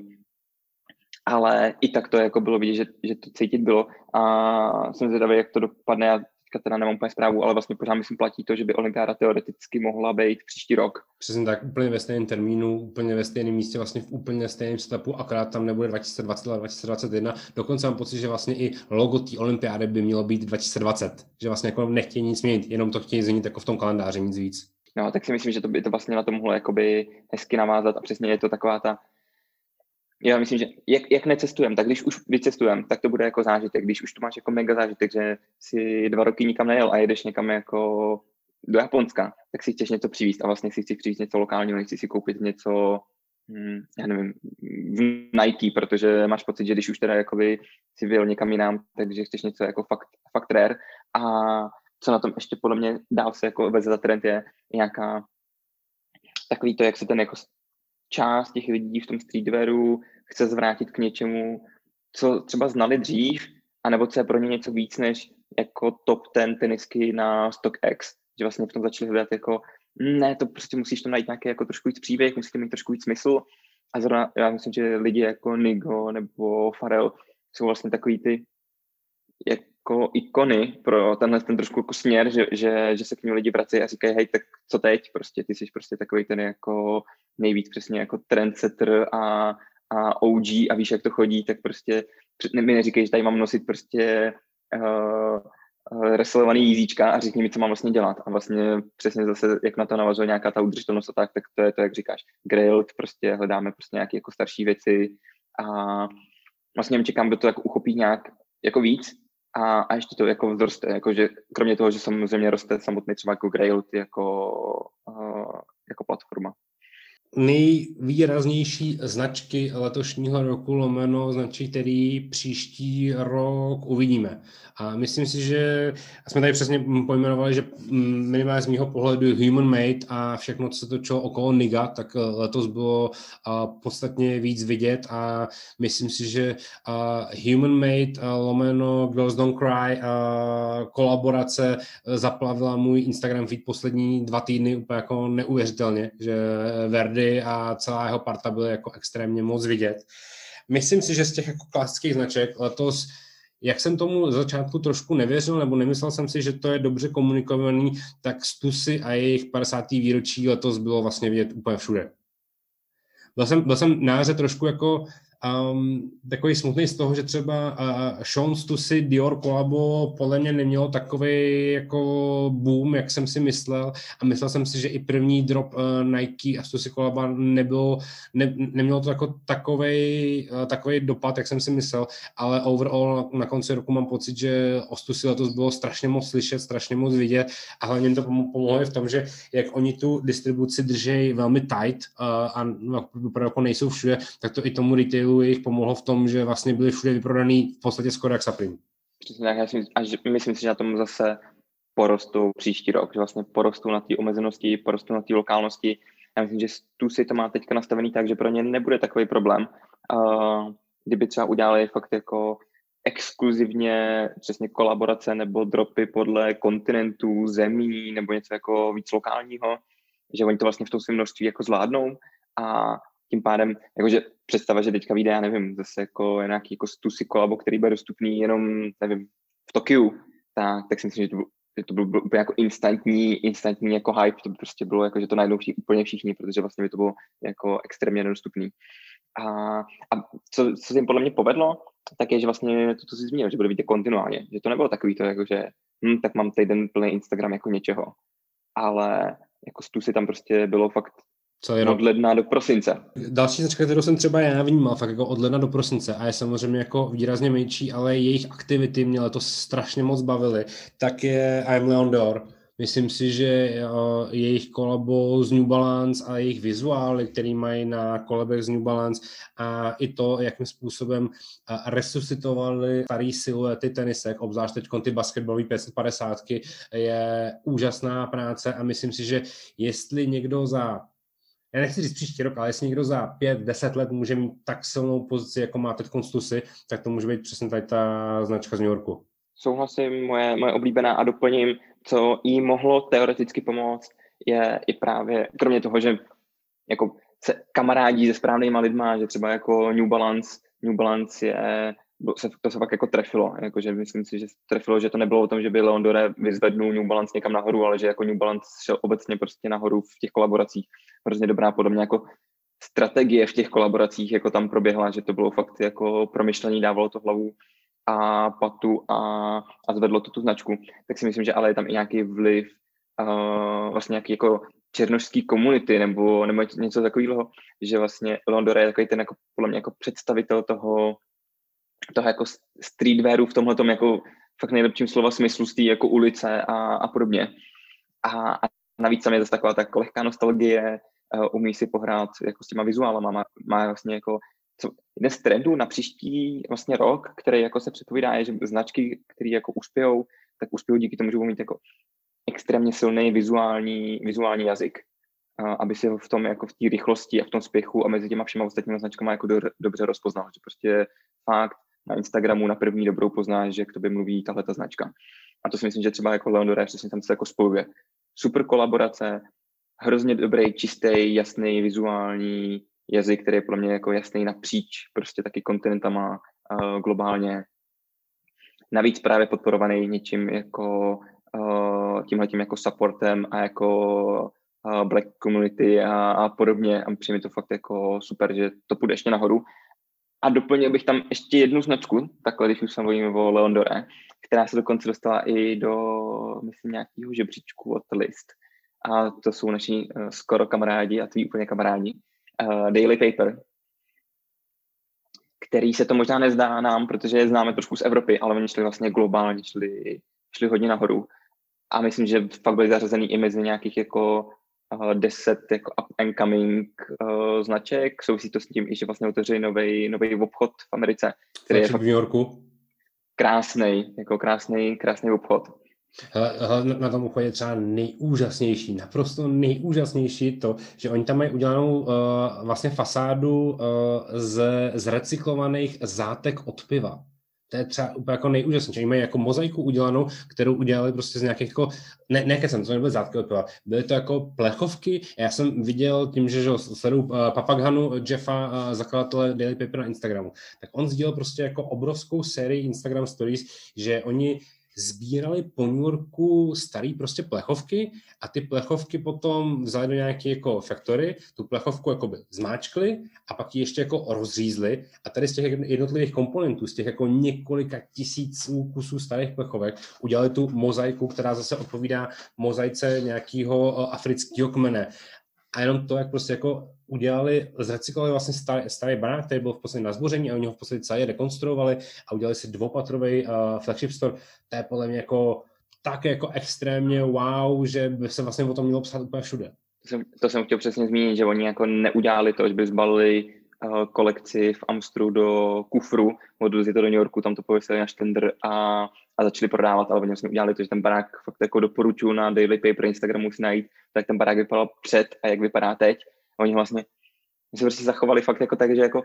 Ale i tak to jako bylo vidět, že to cítit bylo a jsem zvědavý, jak to dopadne. Já teďka teda nemám úplně zprávu, ale vlastně pořád myslím platí to, že by olympiáda teoreticky mohla být příští rok. Přesně tak, úplně ve stejném termínu, úplně ve stejném místě, vlastně v úplně stejném setupu, akorát tam nebude 2020, ale 2021. Dokonce mám pocit, že vlastně i logo té olympiády by mělo být 2020, že vlastně jako nechtějí nic měnit, jenom to chtějí změnit jako v tom kalendáři, nic víc. No, tak si myslím, že to by to vlastně na to mohlo jakoby hezky navázat a přesně je to taková ta. Já myslím, že jak necestujeme, tak když už vycestujeme, tak to bude jako zážitek. Když už to máš jako mega zážitek, že si 2 roky nikam nejel a jedeš někam jako do Japonska, tak si chceš něco přivízt a vlastně si chceš přivízt něco lokálního, nechci si koupit něco, já nevím, v Nike, protože máš pocit, že když už teda jakoby si vyjel někam jinam, takže chceš něco jako fakt rare. A co na tom ještě podle mě dál se jako veze za trend je nějaká takový to, jak se ten jako část těch lidí v tom streetwearu chce zvrátit k něčemu, co třeba znali dřív, anebo co je pro ně něco víc než jako top 10 tenisky na StockX, že vlastně v tom začali hledat jako ne, to prostě musíš tam najít nějaký jako trošku víc příběh, musíte mít trošku víc smysl a zrovna já myslím, že lidi jako Nigo nebo Pharrell jsou vlastně takový ty jako ikony pro ten trošku jako směr, že se k ním lidi vrací a říkají, hej, tak co teď? Prostě ty jsi prostě takový ten jako nejvíc přesně jako trendsetter a OG a víš, jak to chodí, tak prostě mi neříkej, že tady mám nosit prostě reselovaný jízíčka a řekni mi, co mám vlastně dělat. A vlastně přesně zase, jak na to navazuje nějaká ta udržitelnost a tak to je to, jak říkáš. Grailed, prostě hledáme prostě nějaké jako starší věci a vlastně čekám, kdo to jako uchopí nějak jako víc a ještě to jako vzroste, jakože kromě toho, že samozřejmě roste samotný třeba jako Grailed jako platforma. Nejvýraznější značky letošního roku lomeno značky, který příští rok uvidíme. A myslím si, že jsme tady přesně pojmenovali, že minimálně z mýho pohledu Human Made a všechno, co se točilo okolo Niga, tak letos bylo podstatně víc vidět a myslím si, že Human Made lomeno Girls Don't Cry kolaborace zaplavila můj Instagram feed poslední 2 týdny úplně jako neuvěřitelně, že Verdy Audi a celá jeho parta byly jako extrémně moc vidět. Myslím si, že z těch jako klasických značek letos, jak jsem tomu z začátku trošku nevěřil, nebo nemyslel jsem si, že to je dobře komunikovaný, tak Stussy a jejich 50. výročí letos bylo vlastně vidět úplně všude. Byl jsem na jaře trošku jako takový smutný z toho, že třeba Sean Stussy Dior kolabo podle mě nemělo takový jako boom, jak jsem si myslel, a myslel jsem si, že i první drop Nike a Stussy kolaba nemělo to jako takový dopad, jak jsem si myslel, ale overall na konci roku mám pocit, že o Stussy letos bylo strašně moc slyšet, strašně moc vidět a hlavně jim to pomohlo i v tom, že jak oni tu distribuci drží velmi tight a jako nejsou všude, tak to i tomu retailu jich pomohlo v tom, že vlastně byly všude vyprodaný v podstatě skoro jak Supreme. Přesně tak, myslím si, že na tom zase porostou příští rok, že vlastně porostou na té omezenosti, porostou na té lokálnosti. Já myslím, že Stussy to má teďka nastavený tak, že pro ně nebude takový problém. Kdyby třeba udělali fakt jako exkluzivně přesně kolaborace nebo dropy podle kontinentů, zemí nebo něco jako víc lokálního, že oni to vlastně v tom svém množství jako zvládnou a tím pádem, jakože představa, že teďka vyjde, já nevím, zase jako nějaký jako Stussy kolabo, který bude dostupný jenom, nevím, v Tokiu, tak si myslím, že to bylo úplně jako instantní jako hype, to by prostě bylo jako, že to najednou úplně všichni, protože vlastně by to bylo jako extrémně nedostupný. A co se jim podle mě povedlo, tak je, že vlastně to si zmínil, že bude vidět kontinuálně, že to nebylo takový to, jako že tak mám týden plný Instagram jako něčeho, ale jako Stussy tam prostě bylo fakt od ledna do prosince. Další značka, kterou jsem třeba já vnímal, fakt jako od ledna do prosince a je samozřejmě jako výrazně menší, ale jejich aktivity mě letos strašně moc bavily, tak je I'm Leon Dore. Myslím si, že jejich kolabo z New Balance a jejich vizuály, který mají na kolebech z New Balance a i to, jakým způsobem resuscitovali staré siluety tenisek, obzvlášť teď ty basketbalové 550, je úžasná práce a myslím si, že jestli někdo já nechci říct příští rok, ale jestli někdo za 5-10 let může mít tak silnou pozici, jako má teď Stussy, tak to může být přesně tady ta značka z New Yorku. Souhlasím, moje oblíbená a doplním, co jí mohlo teoreticky pomoct, je i právě, kromě toho, že jako se kamarádí se správnýma lidma, že třeba jako New Balance to se fakt jako trefilo, jakože myslím si, že se trefilo, že to nebylo o tom, že by Leon Dore vyzvednul New Balance někam nahoru, ale že jako New Balance šel obecně prostě nahoru v těch kolaboracích. Hrozně dobrá podobně jako strategie v těch kolaboracích jako tam proběhla, že to bylo fakt jako promyšlený, dávalo to hlavu a patu a zvedlo to tu značku. Tak si myslím, že ale je tam i nějaký vliv vlastně nějaký jako černošský komunity nebo něco takového, že vlastně Leon Dore je takový ten jako podle mě jako představitel toho jako streetwearu v tomhletom jako fakt nejlepším slova smyslu z té jako ulice a podobně. A navíc tam je zase taková tak lehká nostalgie, umí si pohrát jako s těma vizuálama, má vlastně jako jeden z trendů na příští vlastně rok, který jako se předpovídá, je, že značky, které jako uspějou, tak uspějou díky tomu, že budou mít jako extrémně silný vizuální jazyk, aby si v tom jako v té rychlosti a v tom spěchu a mezi těma všema ostatníma značkama jako dobře rozpoznal, že prostě fakt na Instagramu na první dobrou poznáš, že k tobě mluví tahle ta značka. A to si myslím, že třeba jako Leon Dore přesně tam se jako spojuje. Super kolaborace, hrozně dobrý, čistý, jasný vizuální jazyk, který je pro mě jako jasný napříč prostě taky kontinentama globálně. Navíc právě podporovaný něčím jako tímhletím jako supportem a jako black community a podobně. A přijde mi to fakt jako super, že to půjde ještě nahoru. A doplnil bych tam ještě jednu značku, takhle, když už jsem mluvím o Leon Dore, která se dokonce dostala i do, myslím, nějakého žebříčku od List. A to jsou naši skoro kamarádi a tví úplně kamarádi. Daily Paper, který se to možná nezdá nám, protože je známe trošku z Evropy, ale oni šli vlastně globálně, šli hodně nahoru. A myslím, že fakt byli zařazený i mezi nějakých jako 10 jako up and coming značek. Souvisí to s tím, že vlastně otevřeli nový obchod v Americe, který je fakt v New Yorku. Krásný obchod. Hele, na tom obchodě je třeba naprosto nejúžasnější to, že oni tam mají udělanou vlastně fasádu z recyklovaných zátek od piva. to je třeba úplně jako nejúžasnější. Oni mají jako mozaiku udělanou, kterou udělali prostě z nějakých jako, ne kecem, to nebyly zátkové piva, byly to jako plechovky. Já jsem viděl tím, že sleduju Papaghanu, Jeffa, zakladatele Daily Paper na Instagramu, tak on sdílel prostě jako obrovskou sérii Instagram stories, že oni sbírali po New Yorku starý prostě plechovky a ty plechovky potom vzali do nějaké jako factory, tu plechovku jakoby zmáčkli a pak ji ještě jako rozřízli a tady z těch jednotlivých komponentů, z těch jako několika tisíců kusů starých plechovek udělali tu mozaiku, která zase odpovídá mozaice nějakého afrického kmene. A jenom to, jak prostě jako udělali, zrecyklovali vlastně starý barák, který byl v podstatě na zboření a oni ho v podstatě celý rekonstruovali a udělali si dvoupatrový flagship store. To je podle mě jako tak jako extrémně wow, že by se vlastně o tom mělo psát úplně všude. To jsem chtěl přesně zmínit, že oni jako neudělali to, že by zbalili kolekci v Amstru do kufru, odvezli to do New Yorku, tam to pověsili na štendr a začali prodávat, ale oni vlastně udělali to, že ten barák fakt jako doporučuji na Daily Paper Instagramu si najít, tak ten barák vypadal před a jak vypadá teď. A oni vlastně se prostě zachovali fakt jako tak, že jako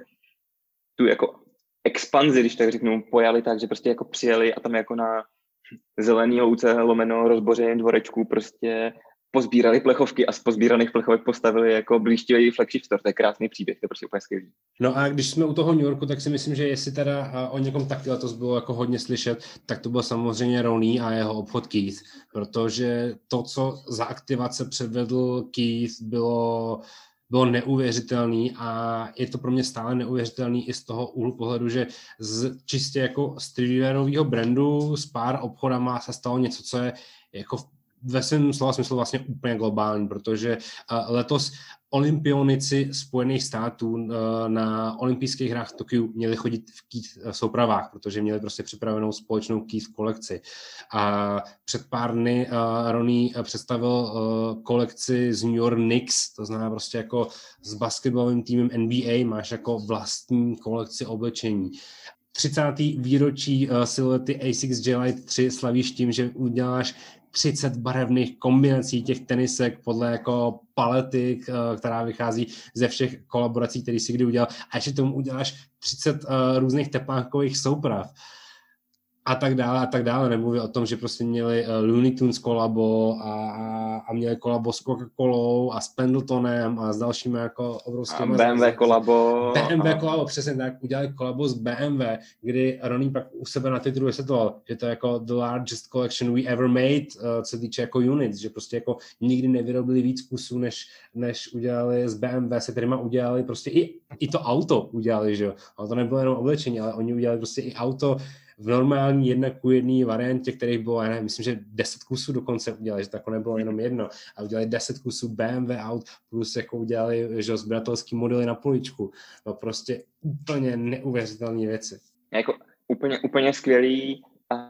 tu jako expanzi, když tak řeknu, pojali tak, že prostě jako přijeli a tam jako na zelený louce lomeno rozbořeném dvorečku prostě pozbírali plechovky a z pozbíraných plechovek postavili jako blížtivý flagship store. To je krásný příběh, to je prostě úplně skvělý. No a když jsme u toho New Yorku, tak si myslím, že jestli teda o někom taky letos bylo jako hodně slyšet, tak to byl samozřejmě Ronnie a jeho obchod Keith, protože to, co za aktivace předvedl Keith, bylo neuvěřitelný a je to pro mě stále neuvěřitelný i z toho úhlu pohledu, že z čistě jako streetwearového brandu s pár obchodama se stalo něco, co je jako ve svém slova smyslu vlastně úplně globální, protože letos olympionici Spojených států na olympijských hrách v Tokiu měli chodit v Keith soupravách, protože měli prostě připravenou společnou Keith kolekci. A před pár dny Ronnie představil kolekci z New York Knicks, to znamená prostě jako s basketbalovým týmem NBA máš jako vlastní kolekci oblečení. 30. výročí siluety Asics J-Lite 3 slavíš tím, že uděláš 30 barevných kombinací těch tenisek podle jako palety, která vychází ze všech kolaborací, které si kdy udělal. A ještě tomu uděláš 30 různých tepánkových souprav. A tak dále. Nemluvím o tom, že prostě měli Looney Tunes kolabo a měli kolabo s Coca-Colou a s Pendletonem a s dalšími jako obrovskými... BMW kolabo. BMW kolabo, přesně tak. Udělali kolabo s BMW, kdy Ronnie pak u sebe na titulu vysvětloval, že to je jako the largest collection we ever made, co se týče jako units, že prostě jako nikdy nevyrobili víc kusů, než udělali z BMW, se kterýma udělali prostě i to auto udělali, že jo. Ale to nebylo jenom oblečení, ale oni udělali prostě i auto v normální 1:1 variantě, kterých bylo, já nevím, myslím, že 10 kusů dokonce udělali, že to jako nebylo jenom jedno. A udělali 10 kusů BMW aut, plus jako udělali, že sběratelský modely na poličku. No prostě úplně neuvěřitelné věci. Jako úplně skvělý.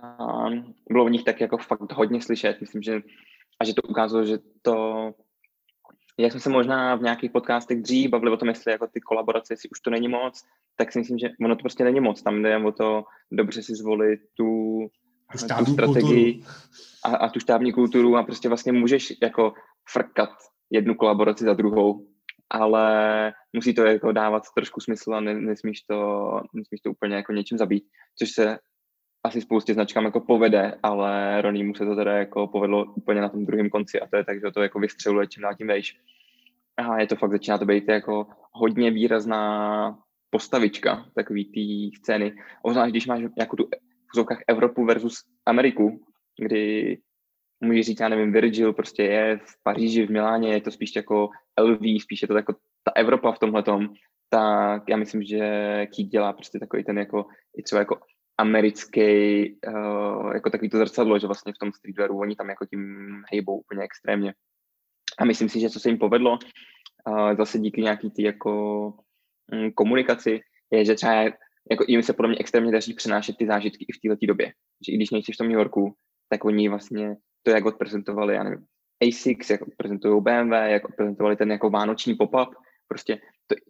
Bylo v nich tak jako fakt hodně slyšet. Myslím, že to ukázalo, že to... Jak jsme se možná v nějakých podcastech dřív bavili o tom, jestli jako ty kolaborace, jestli už to není moc, tak si myslím, že ono to prostě není moc. Tam jde o to dobře si zvolit tu strategii a tu štábní kulturu a prostě vlastně můžeš jako frkat jednu kolaboraci za druhou, ale musí to jako dávat trošku smysl a nesmíš to úplně jako něčím zabít, což se asi spoustě značkám jako povede, ale Ronnie mu se to teda jako povedlo úplně na tom druhém konci a to je tak, že to jako vystřeluje čím dál tím vejš. A je to fakt, začíná to být jako hodně výrazná postavička takový té scény. Obzvlášť, když máš jako tu v úzovkách Evropu versus Ameriku, kdy můžeš říct, já nevím, Virgil prostě je v Paříži, v Miláně, je to spíš jako LV, spíš je to jako ta Evropa v tomhletom, tak já myslím, že Keith dělá prostě takový ten jako, i třeba jako americký, jako takový to zrcadlo, že vlastně v tom streetwearu oni tam jako tím hejbou úplně extrémně. A myslím si, že co se jim povedlo, zase díky nějaký ty jako komunikaci, je, že třeba jako jim se podle mě extrémně daří přenášet ty zážitky i v této době. Že i když nejsi v tom New Yorku, tak oni vlastně to, jak odprezentovali, já nevím, Asics, jak odprezentují BMW, jak odprezentovali ten jako vánoční pop-up, prostě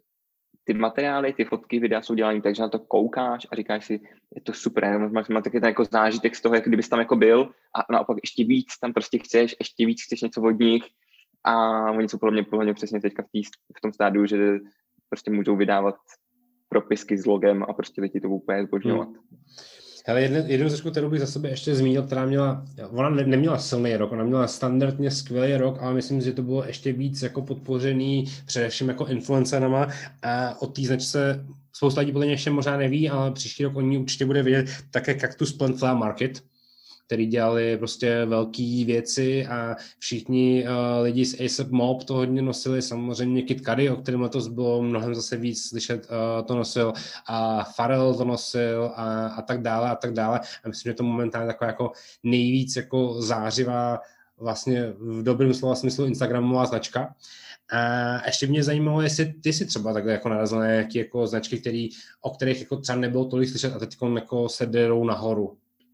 ty materiály, ty fotky, videa jsou dělané tak, že na to koukáš a říkáš si, je to super, máš taky ten jako zážitek z toho, jak kdybys tam jako byl a naopak ještě víc tam prostě chceš, ještě víc chceš něco od nich a oni jsou podle mě přesně teďka v tom stádiu, že prostě můžou vydávat propisky s logem a prostě lidi to úplně zbožňovat. Hele, jednu značku, kterou bych za sebe ještě zmínil, která měla, ona neměla silný rok, ona měla standardně skvělý rok, ale myslím, že to bylo ještě víc jako podpořený především jako influencerama a o té značce spousta lidí podle mě ještě možná neví, ale příští rok o ní určitě bude vědět také Cactus Plant Flower Market, který dělali prostě velké věci a všichni lidi z ASAP Mob to hodně nosili, samozřejmě Kid Cudi, o kterém letos bylo mnohem zase víc slyšet, to nosil a Pharrell to nosil a tak dále a tak dále. A myslím, že to momentálně taková jako nejvíc jako zářivá vlastně v dobrém slova smyslu instagramová značka. A ještě mě zajímalo, jestli ty si třeba takhle jako narazil na nějaké jako značky, o kterých jako třeba nebylo tolik slyšet a teď jako se derou nahoru.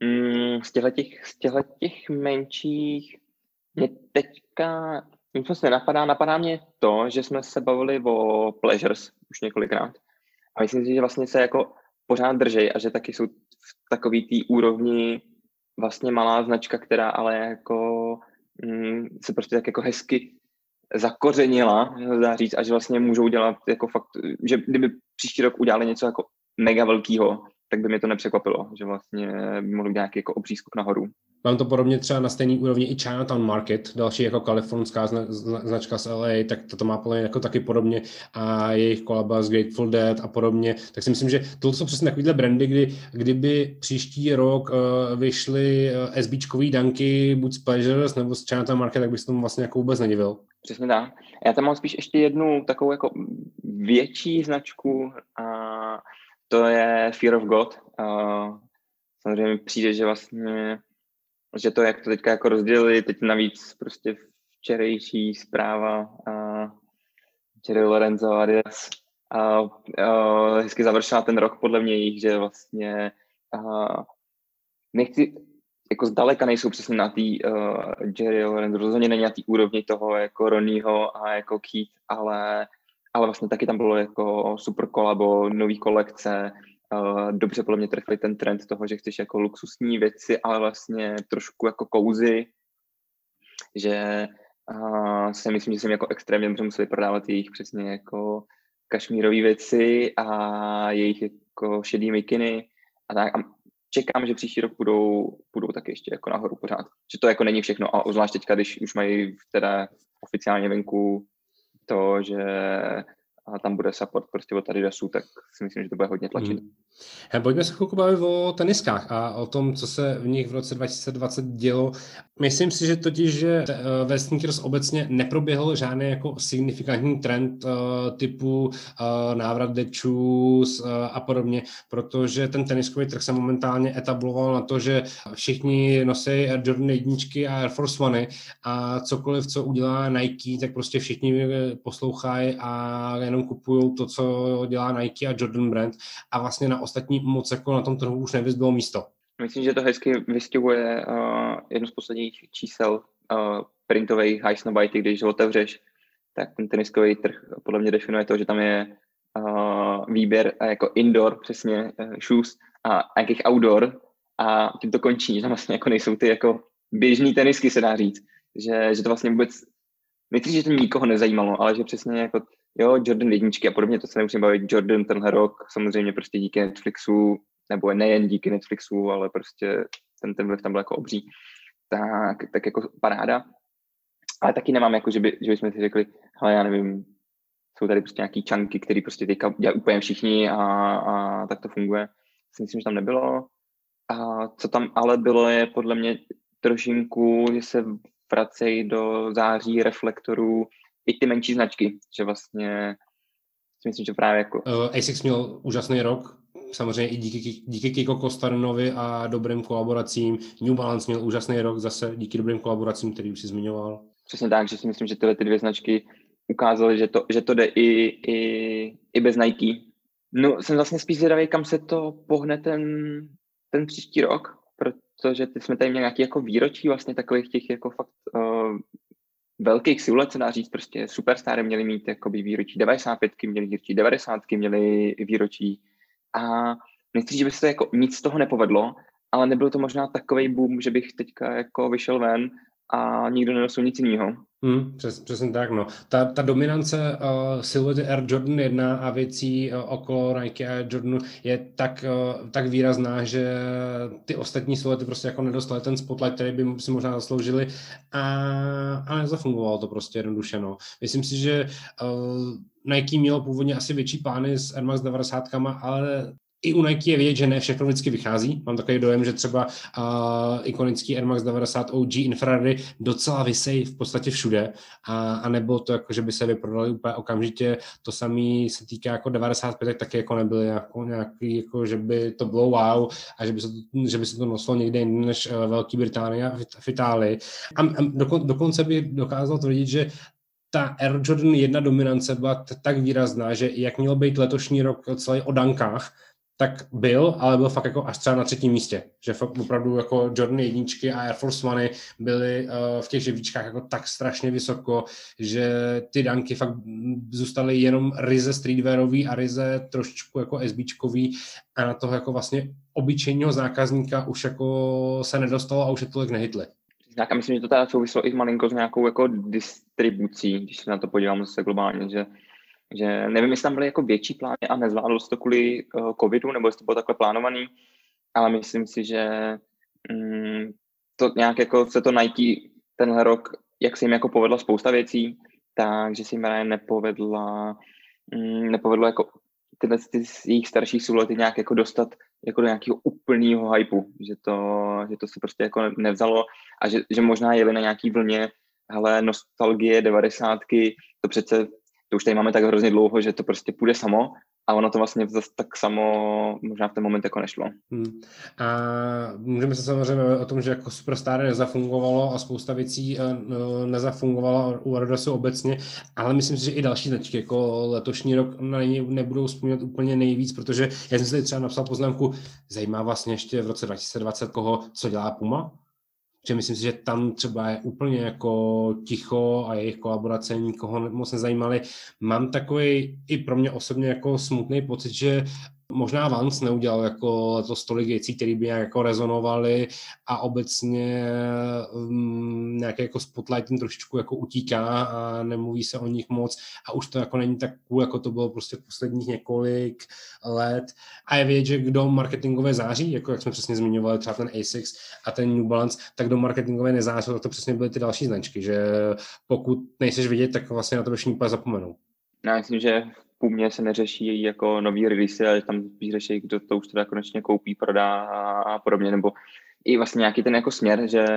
Z těch menších mě teďka nic moc nenapadá. Napadá mě to, že jsme se bavili o Pleasures už několikrát. A myslím si, že vlastně se jako pořád držej a že taky jsou v takový té úrovni vlastně malá značka, která ale jako se prostě tak jako hezky zakořenila, dá říct, a že vlastně můžou dělat jako fakt, že kdyby příští rok udělali něco jako mega velkýho, tak by mě to nepřekvapilo, že vlastně by mohl být nějaký jako obří skok nahoru. Mám to podobně třeba na stejný úrovni i Chinatown Market, další jako kalifornská značka z LA, tak to má podle mě jako taky podobně a jejich kolaba s Grateful Dead a podobně. Tak si myslím, že to jsou přesně takovýhle brandy, kdyby příští rok vyšly SBčkový danky buď z Pleasures nebo z Chinatown Market, tak bych se tomu vlastně jako vůbec nedivil. Přesně tak. Já tam mám spíš ještě jednu takovou jako větší značku a to je Fear of God. Samozřejmě mi přijde, že vlastně že to, jak to teďka jako rozdělili, teď navíc prostě včerejší zpráva Jerry Lorenzo Adidas hezky završila ten rok podle mě jich, že vlastně nechci, jako zdaleka nejsou přesně na té Jerry Lorenzo, rozhodně není na té úrovni toho jako Ronnieho a jako Keith, ale vlastně taky tam bylo jako super kolabo, nový kolekce, dobře podle mě trefili ten trend toho, že chceš jako luxusní věci, ale vlastně trošku jako cozy, že si myslím, že jsem jako extrémně dobře museli prodávat jejich přesně jako kašmírové věci a jejich jako šedý mikiny a tak. A čekám, že příští rok budou taky ještě jako nahoru pořád. Že to jako není všechno, a zvlášť teďka, když už mají teda oficiálně venku to, že tam bude support prostě od Adidasu, tak si myslím, že to bude hodně tlačit. Pojďme se chvilku bavit o teniskách a o tom, co se v nich v roce 2020 dělo. Myslím si, že totiž, že ve sneakers obecně neproběhl žádný jako signifikantní trend typu návrat The Shoes a podobně, protože ten teniskový trh se momentálně etabloval na to, že všichni nosí Air Jordan 1 a Air Force One a cokoliv, co udělá Nike, tak prostě všichni poslouchají a jenom kupují to, co dělá Nike a Jordan brand a vlastně na ostatní moc jako na tom trhu už nevyzbylo místo. Myslím, že to hezky vystihuje jedno z posledních čísel printových High Snobity, když ho otevřeš, tak ten teniskový trh podle mě definuje to, že tam je výběr jako indoor, přesně shoes a jakých outdoor a tím to končí, že vlastně jako nejsou ty jako běžný tenisky, se dá říct, že to vlastně vůbec, nechci, že to nikoho nezajímalo, ale že přesně jako jo, Jordan 1 a podobně, to se nemusím bavit, Jordan tenhle rok, samozřejmě prostě díky Netflixu, nebo nejen díky Netflixu, ale prostě ten vliv tam byl jako obří, tak jako paráda. Ale taky nemám jako, že bychom si řekli, hele, já nevím, jsou tady prostě nějaký čanky, který prostě teďka dělají úplně všichni a tak to funguje. Si myslím, že tam nebylo. A co tam ale bylo, je podle mě trošinku, že se vracejí do září reflektorů i ty menší značky, že vlastně si myslím, že právě jako... Asics měl úžasný rok, samozřejmě i díky Kiko Kostarinovi a dobrým kolaboracím. New Balance měl úžasný rok zase díky dobrým kolaboracím, který už si zmiňoval. Přesně tak, že si myslím, že tyhle ty dvě značky ukázaly, že to jde i bez Nike. No, jsem vlastně spíš zvědavý, kam se to pohne ten příští rok, protože ty jsme tady měli nějaký jako výročí vlastně takových těch jako fakt velkých siluet, se dá říct, prostě superstary měli mít jakoby výročí 95, měli výročí 90, měli výročí a nechci, že by se to jako nic z toho nepovedlo, ale nebyl to možná takovej boom, že bych teďka jako vyšel ven a nikdo nenosil nic jiného. Přesně tak, no. Ta dominance siluety Air Jordan 1 a věcí okolo Nike a Jordanu je tak výrazná, že ty ostatní siluety prostě jako nedostaly ten spotlight, který by si možná zasloužili a nezafungovalo to prostě jednoduše, no. Myslím si, že Nike mělo původně asi větší plány s Air Max 90, ale i u Nike je vidět, že ne všechno vždycky vychází. Mám takový dojem, že třeba ikonický Air Max 90 OG infraredy docela vysejí v podstatě všude a nebo to jako, že by se vyprodali úplně okamžitě. To samé se týká jako 95, taky jako nebyly jako nějaký, jako, že by to bylo wow a že by se to nosilo někde jinde než Velké Británie a v Itálii. A dokonce by dokázal tvrdit, že ta Air Jordan 1 dominance byla tak výrazná, že jak měl být letošní rok celý o dankách, tak ale byl fakt jako až třeba na 3. místě. Že fakt opravdu jako Jordan 1 a Air Force One byly v těch žebříčkách jako tak strašně vysoko, že ty danky fakt zůstaly jenom ryze streetwearový a ryze trošičku jako SBčkový a na toho jako vlastně obyčejného zákazníka už jako se nedostalo a už je tolik nehytli. Tak a myslím, že to teda souvislo i malinko s nějakou jako distribucí, když se na to podívám zase globálně, že nevím, jestli tam byly jako větší plány a nezvládlo se to kvůli covidu, nebo jestli to bylo takhle plánovaný, ale myslím si, že to nějak jako se to Nike tenhle rok, jak se jim jako povedla spousta věcí, takže se jim nepovedlo jako tyhle jejich starších siluety nějak jako dostat jako do nějakého úplného hypeu, že to se prostě jako nevzalo a že možná jeli na nějaký vlně, hele, nostalgie, 90, to už tady máme tak hrozně dlouho, že to prostě půjde samo a ono to vlastně zase tak samo možná v ten moment jako nešlo. A můžeme se samozřejmě o tom, že jako Superstar nezafungovalo a spousta věcí nezafungovala u Adidasu obecně, ale myslím si, že i další značky jako letošní rok na ně nebudou vzpomínat úplně nejvíc, protože já jsem si třeba napsal poznámku, zajímá vlastně ještě v roce 2020 co dělá Puma, že myslím si, že tam třeba je úplně jako ticho a jejich kolaborace nikoho moc nezajímaly. Mám takový i pro mě osobně jako smutný pocit, že možná Vance neudělal jako letos tolik věcí, které by nějak jako rezonovaly a obecně nějaký jako spotlight trošičku jako utíká a nemluví se o nich moc a už to jako není tak cool, jako to bylo prostě posledních několik let. A je vědět, že kdo marketingové září, jako jak jsme přesně zmiňovali, třeba ten Asics a ten New Balance, tak kdo marketingové nezáří, tak to přesně byly ty další značky, že pokud nejseš vidět, tak vlastně na to všichni úplně zapomenou. Já myslím, že v Pumě se neřeší jako nový release, ale tam spíš řeší, kdo to už teda konečně koupí, prodá a podobně, nebo i vlastně nějaký ten jako směr, že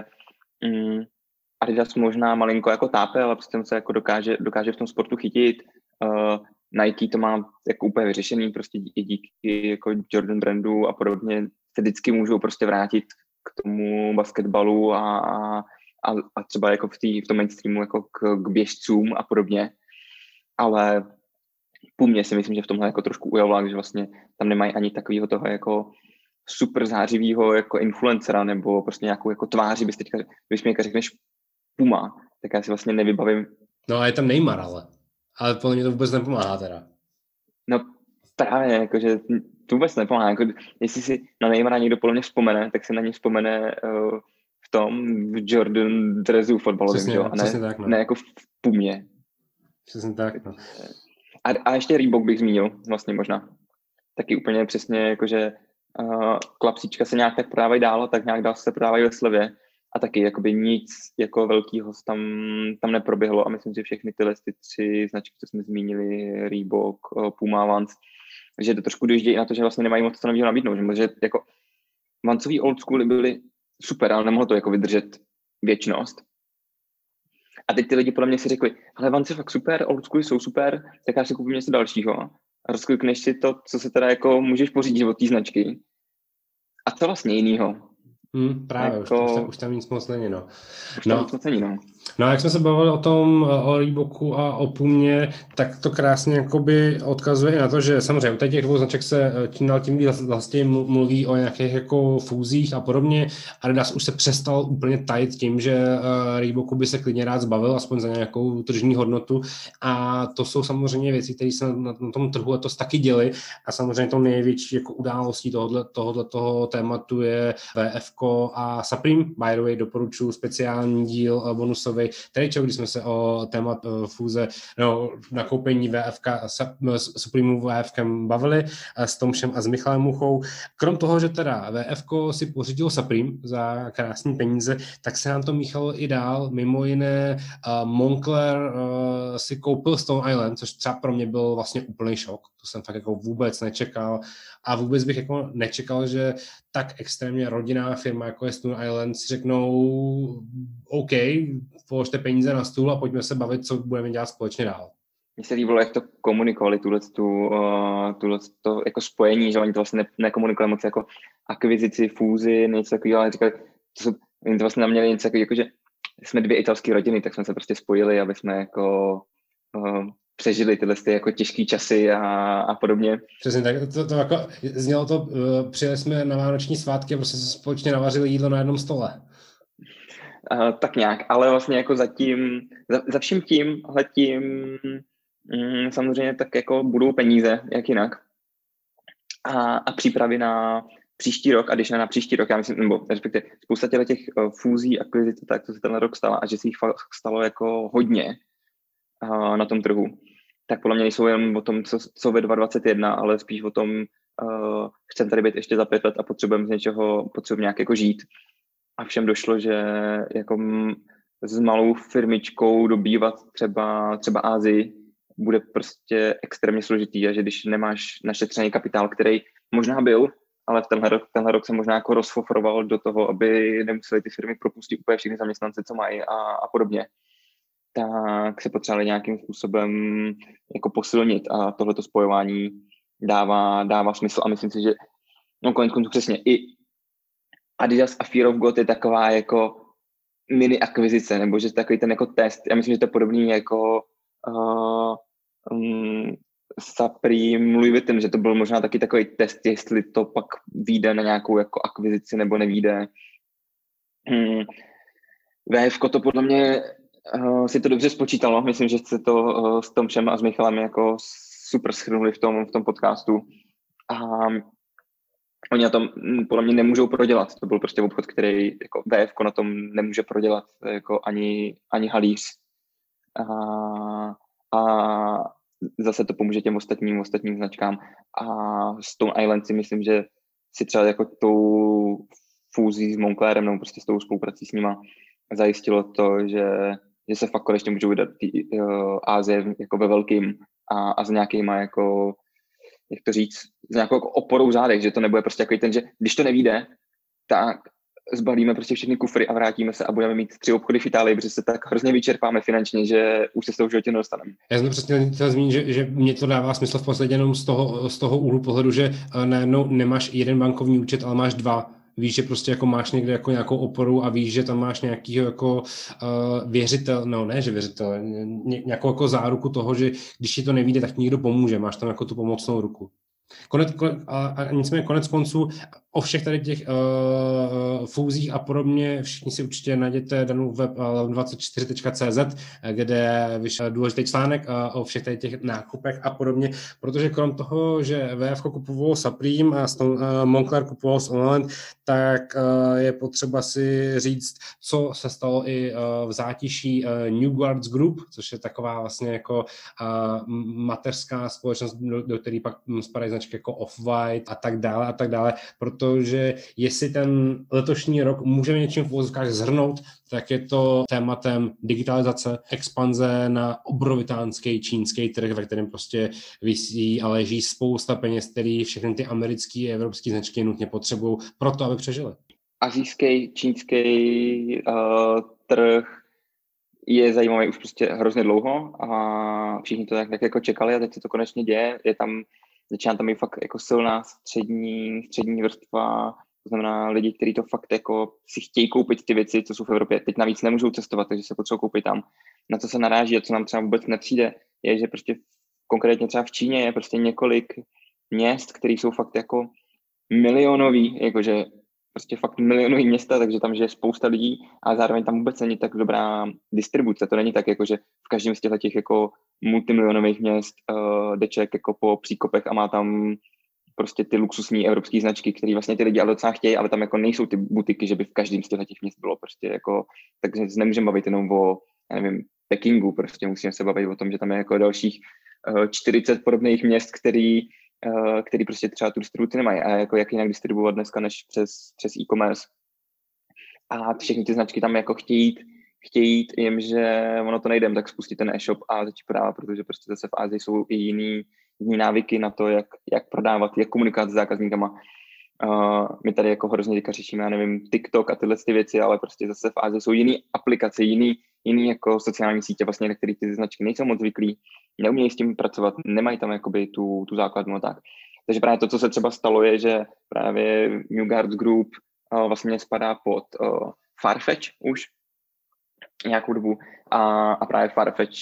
Adidas možná malinko jako tápe, ale přitom se jako dokáže v tom sportu chytit. Nike to má jako úplně vyřešený, prostě díky jako Jordan brandu a podobně se vždycky můžou prostě vrátit k tomu basketbalu a třeba jako v tom mainstreamu jako k běžcům a podobně. Ale Pumě si myslím, že v tomhle jako trošku ujavila, že vlastně tam nemají ani takového toho jako super zářivého jako influencera nebo prostě nějakou jako tváři, když mi řekneš Puma, tak já si vlastně nevybavím. No a je tam Neymar, ale podle mě to vůbec nepomáhá teda. No právě, jakože to vůbec nepomáhá. Jako, jestli si na Neymara někdo podle mě vzpomene, tak se na něj vzpomene v Jordan dresu fotbalovým, jo? Ne jako v Pumě. Přesně tak, no. A ještě Reebok bych zmínil, vlastně možná. Taky úplně přesně, jakože klapsíčka se nějak tak prodávají dál, tak nějak dál se prodávají ve slevě. A taky jakoby nic jako velkýho tam neproběhlo a myslím, že všechny ty 3 značky, co jsme zmínili, Reebok, Puma, Vans, že to trošku dojíždějí na to, že vlastně nemají moc co nového nabídnout, že jako Vancový old schooly byly super, ale nemohlo to jako vydržet věčnost. A teď ty lidi podle mě si řekli, hele, Vans je fakt super, old schooly jsou super, tak já si koupím něco dalšího a rozklikneš si to, co se teda jako můžeš pořídit od té značky. A co vlastně jinýho? Právě, už tam nic moc není, no. No a jak jsme se bavili o tom, o Reeboku a o Pumě, tak to krásně jakoby odkazuje na to, že samozřejmě u těch dvou značek se tím vlastně mluví o nějakých jako fúzích a podobně. Adidas už se přestal úplně tajit tím, že Reeboku by se klidně rád zbavil, aspoň za nějakou tržní hodnotu. A to jsou samozřejmě věci, které se na tom trhu letos taky děly. A samozřejmě to největší jako událostí tohoto tématu je VF a Supreme. By the way, doporučuji speciální díl bonusový Trejčo, kdy jsme se o témat fúze, nakoupení Supremeu VFkem bavili s Tomšem a s Michalem Muchou. Krom toho, že teda VFko si pořídilo Supreme za krásný peníze, tak se nám to míchalo i dál. Mimo jiné Moncler si koupil Stone Island, což třeba pro mě byl vlastně úplný šok. To jsem fakt jako vůbec nečekal a vůbec bych jako nečekal, že tak extrémně rodinná firma, jako je Stone Island, si řeknou OK, položte peníze na stůl a pojďme se bavit, co budeme dělat společně dál. Mně se líbilo, jak to komunikovali, tuhle jako spojení, že oni to vlastně nekomunikovali moc jako akvizici, fúzi, něco takového, ale říkali, oni to vlastně měli něco takového, jako, že jsme 2 italské rodiny, tak jsme se prostě spojili, aby jsme jako přežili tyhle jako těžké časy a podobně. Přesně tak, to jako znělo to, přijeli jsme na vánoční svátky a prostě se společně navařili jídlo na jednom stole. Tak nějak, ale vlastně jako za vším tímhletím samozřejmě tak jako budou peníze, jak jinak. A přípravy na příští rok, a když ne na příští rok, já myslím, nebo respektive spousta těch fúzí, akvizic, tak to se tenhle rok stala a že se jich stalo jako hodně na tom trhu, tak podle mě nejsou jenom o tom, co ve 2021, ale spíš o tom, chcem tady být ještě za 5 let a potřebujeme nějak jako žít. A všem došlo, že jako s malou firmičkou dobývat třeba Asii bude prostě extrémně složitý a že když nemáš našetřený kapitál, který možná byl, ale tenhle rok se možná jako rozfofroval do toho, aby nemuseli ty firmy propustit úplně všechny zaměstnance, co mají a podobně, tak se potřebovali nějakým způsobem jako posilnit a tohleto spojování dává smysl a myslím si, že konec konců přesně i Adidas a Fear of God je taková jako mini akvizice, nebo že takový ten jako test. Já myslím, že to je podobný jako Supreme, Louis Vuitton, že to byl možná taky takový test, jestli to pak vyjde na nějakou jako akvizici nebo nevyjde. VFko to podle mě si to dobře spočítalo. Myslím, že se to s Tomšem a s Michalem jako super shrnuli v tom podcastu. A oni na tom podle mě nemůžou prodělat. To byl prostě obchod, který jako VFko na tom nemůže prodělat jako ani halíř. A zase to pomůže těm ostatním značkám. A Stone Island si myslím, že si třeba jako tou fúzí s Monclerem nebo prostě s tou spoluprací s nima zajistilo to, že se fakt konečně můžou vydat Asie jako ve velkým a s nějakýma jako, jak to říct, s nějakou jako oporou v zádech, že to nebude prostě jako ten, že když to nevíde, tak zbalíme prostě všechny kufry a vrátíme se a budeme mít 3 obchody v Itálii, protože se tak hrozně vyčerpáme finančně, že už se z toho v životě nedostaneme. Já jsem přesně chtěl zmínit, že mě to dává smysl v podstatě jenom z toho úhlu pohledu, že najednou nemáš jeden bankovní účet, ale máš 2. Víš, že prostě jako máš někde jako nějakou oporu a víš, že tam máš nějakýho jako věřitel, no ne, že věřitel, nějakou jako záruku toho, že když ti to nevíde, tak ti někdo pomůže, máš tam jako tu pomocnou ruku. Nicméně konec konců o všech tady těch fúzích a podobně všichni si určitě najděte danou web 24.cz, kde vyšel důležitý článek o všech tady těch nákupech a podobně, protože krom toho, že VF kupoval Supreme a Moncler kupoval Stone Island, tak je potřeba si říct, co se stalo i v zátiší New Guards Group, což je taková vlastně jako mateřská společnost, do které pak spadají značky jako Off-White a tak dále, protože jestli ten letošní rok můžeme něčím v uvozovkách zhrnout, tak je to tématem digitalizace, expanze na obrovitánský čínský trh, ve kterém prostě visí a leží spousta peněz, který všechny ty americké a evropské značky nutně potřebují pro to, aby přežili. Asijský, čínský trh je zajímavý už prostě hrozně dlouho a všichni to tak jako čekali a teď se to konečně děje. Začíná tam i fakt jako silná střední vrstva, to znamená lidi, kteří to fakt jako si chtějí koupit ty věci, co jsou v Evropě. Teď navíc nemůžou cestovat, takže se potřebují koupit tam. Na co se naráží a co nám třeba vůbec nepřijde, je, že prostě konkrétně třeba v Číně je prostě několik měst, které jsou fakt jako milionový, jakože prostě fakt milionový města, takže tam žije spousta lidí a zároveň tam vůbec není tak dobrá distribuce. To není tak, jako, že v každém z těch jako multimilionových měst jde člověk jako po příkopech a má tam prostě ty luxusní evropské značky, které vlastně ty lidi ale docela chtějí, ale tam jako nejsou ty butiky, že by v každém z těch měst bylo prostě jako, takže nemůžeme bavit jenom o, já nevím, Pekingu, prostě musíme se bavit o tom, že tam je jako dalších 40 podobných měst, který prostě třeba tu distribuci nemají a jako jak jinak distribuovat dneska než přes e-commerce. A všechny ty značky tam jako chtějí, jenže ono to nejde, tak spustit ten e-shop a začít prodávat, protože prostě zase v Ázii jsou i jiný návyky na to, jak prodávat, jak komunikovat s zákazníkama. My tady jako hrozně teďka řešíme, já nevím, TikTok a tyhle ty věci, ale prostě zase v Ázii jsou jiný aplikace, jiný jako sociální sítě, vlastně, na který ty značky nejsou moc zvyklí, neumějí s tím pracovat, nemají tam jakoby tu základnu a tak. Takže právě to, co se třeba stalo, je, že právě New Guards Group vlastně spadá pod Farfetch už nějakou dobu a právě Farfetch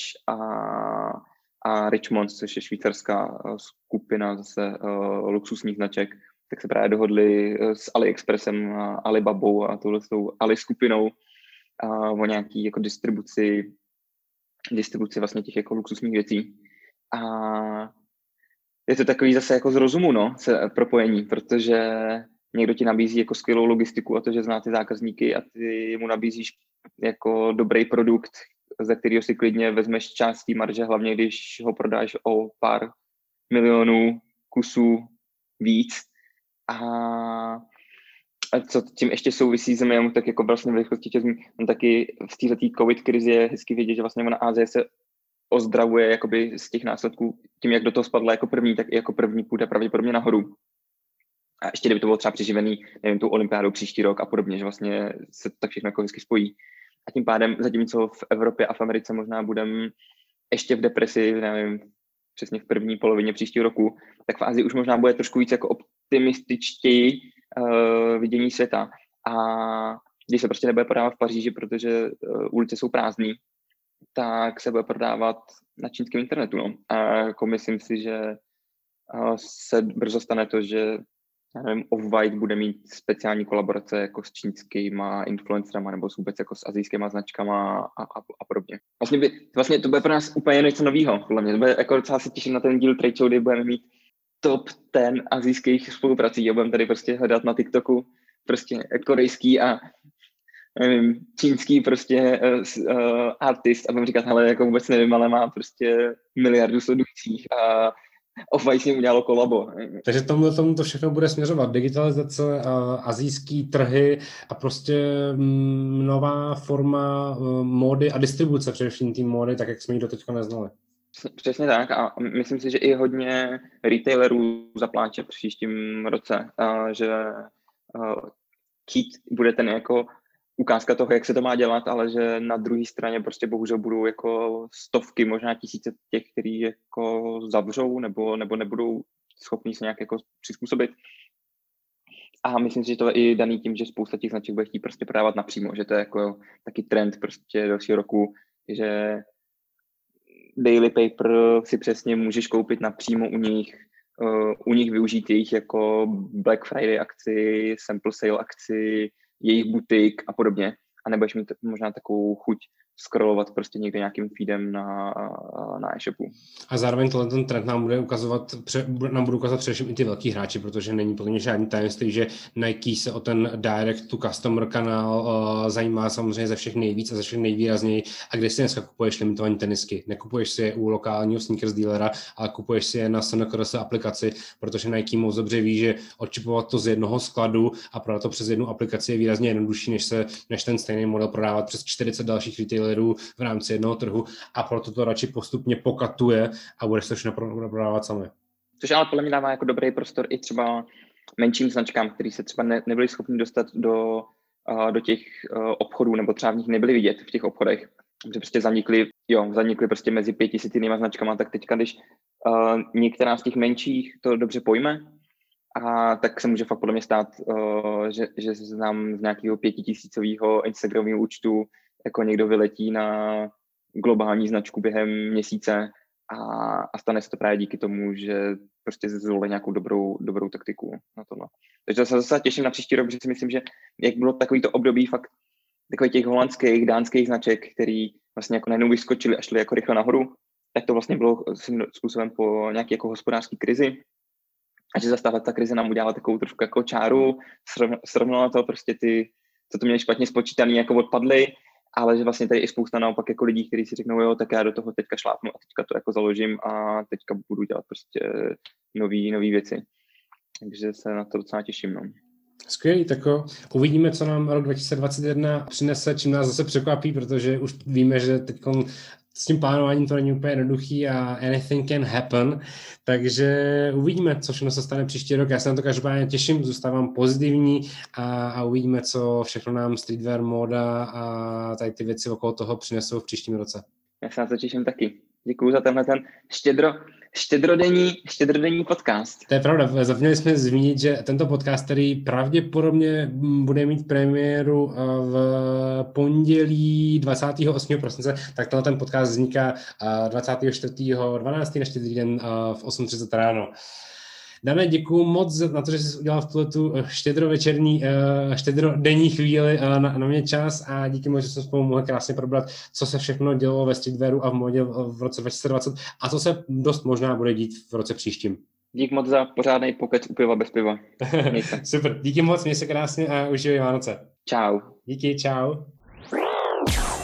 a Richemont, což je švýcarská skupina zase luxusních značek, tak se právě dohodli s AliExpressem a Alibabou a touhletou Ali skupinou o nějaký jako distribuci vlastně těch jako luxusních věcí. A je to takový zase jako z rozumu, propojení, protože někdo ti nabízí jako skvělou logistiku a to, že zná ty zákazníky a ty mu nabízíš jako dobrý produkt, ze kterého si klidně vezmeš část té marže, hlavně když ho prodáš o pár milionů kusů víc. A co tím ještě souvisí s mým, tak jako vlastně v rychlosti on taky v této covid krizi je hezky vědět, že vlastně na Asie se ozdravuje jakoby z těch následků tím, jak do toho spadla jako první, tak i jako první půjde pravděpodobně nahoru. A ještě kdyby to bylo třeba přeživený, nevím, tu olympiádou příští rok a podobně, že vlastně se to tak všechno jako hezky spojí. A tím pádem, zatímco v Evropě a v Americe možná budeme ještě v depresi, nevím, přesně v první polovině příštího roku, tak v Asii už možná bude trošku víc jako optimističtěji vidění světa. A když se prostě nebude prodávat v Paříži, protože ulice jsou prázdný, tak se bude prodávat na čínském internetu. A jako myslím si, že se brzo stane to, že nevím, Off-White bude mít speciální kolaborace jako s čínskýma influencerama nebo vůbec jako s asijskýma značkama a podobně. Vlastně to bude pro nás úplně něco novýho, podle mě. To bude, jako docela se těším na ten díl Trade Show, kdy budeme mít top 10 asijských spoluprací a budeme tady prostě hledat na TikToku prostě korejský a nevím, čínský prostě artist a budeme říkat, hele, jako vůbec nevím, ale má prostě miliardu sledujících a Off-White s ním udělalo kolabo. Takže tomu to všechno bude směřovat. Digitalizace, asijský trhy a prostě nová forma módy a distribuce, především té módy, tak jak jsme ji doteďka neznali. Přesně tak a myslím si, že i hodně retailerů zapláče v příštím roce, že Kit bude ten jako ukázka toho, jak se to má dělat, ale že na druhé straně prostě bohužel budou jako stovky, možná tisíce těch, kteří jako zavřou nebo nebudou schopní se nějak jako přizpůsobit. A myslím si, že to je i daný tím, že spousta těch značek bude chtít prostě prodávat napřímo, že to je jako taky trend prostě dalšího roku, že Daily Paper si přesně můžeš koupit napřímo u nich využít jejich jako Black Friday akci, sample sale akci, jejich butik a podobně. A nebudeš mít možná takovou chuť scrollovat prostě někde nějakým feedem na e-shopu. A zároveň ten trend nám bude ukazovat především i ty velký hráči, protože není podle mě žádný tajemství, že Nike se o ten direct to customer kanál zajímá samozřejmě ze všech nejvíc a ze všech nejvýrazněji. A kde si dneska kupuješ limitované tenisky? Nekupuješ si je u lokálního sneakers dealera, ale kupuješ si je na SNKRS aplikaci, protože Nike moc dobře ví, že odčipovat to z jednoho skladu a prodat to přes jednu aplikaci je výrazně jednodušší, než ten stejný model prodávat přes 40 dalších retailerů v rámci jednoho trhu a proto to radši postupně pokatuje a budeš to všechno prodávat sami. Což ale podle mě dává jako dobrý prostor i třeba menším značkám, který se třeba nebyli schopni dostat do těch obchodů nebo třeba v nich nebyli vidět v těch obchodech. Že prostě zanikly prostě mezi 500 jinýma značkama, tak teďka, když některá z těch menších to dobře pojme, a tak se může fakt podle mě stát, že znám z nějakého 5000 Instagramového účtu jako někdo vyletí na globální značku během měsíce a stane se to právě díky tomu, že prostě zvolili nějakou dobrou taktiku na tohle. Takže se zase těším na příští rok, že si myslím, že jak bylo takovýto období fakt takových těch holandských, dánských značek, který vlastně jako najednou vyskočili a šli jako rychle nahoru, tak to vlastně bylo svým způsobem po nějaké jako hospodářské krizi. a že zase ta krize nám udělala takovou trošku jako čáru, srovnala to prostě ty, co to měli špatně spočítaný, jako odpadly, ale že vlastně tady je spousta naopak jako lidí, kteří si řeknou, jo, tak já do toho teďka šlápnu a teďka to jako založím a teďka budu dělat prostě nový věci. Takže se na to docela těším, no. Skvělý, tak uvidíme, co nám rok 2021 přinese, čím nás zase překvapí, protože už víme, že teď s tím plánováním to není úplně jednoduchý a anything can happen, takže uvidíme, co všechno se stane příští rok. Já se na to každopádně těším, zůstávám pozitivní a uvidíme, co všechno nám streetwear, móda a tady ty věci okolo toho přinesou v příštím roce. Já se na to těším taky. Děkuju za tenhle ten štědrodenní podcast. To je pravda, zapomněli jsme zmínit, že tento podcast, který pravděpodobně bude mít premiéru v pondělí 28. prosince, tak ten podcast vzniká 24.12. na štědrý den v 8:30 ráno. Dáme, děkuju moc na to, že jsi udělal v tuhletu štědrodenní chvíli na mě čas a díky moc, že jsme spolu mohli krásně probrat, co se všechno dělo ve streetwearu a v modě v roce 2020 a co se dost možná bude dít v roce příštím. Dík moc za pořádnej pokec u piva bez piva. Super, díky moc, měj se krásně a užívej Vánoce. Čau. Díky, čau.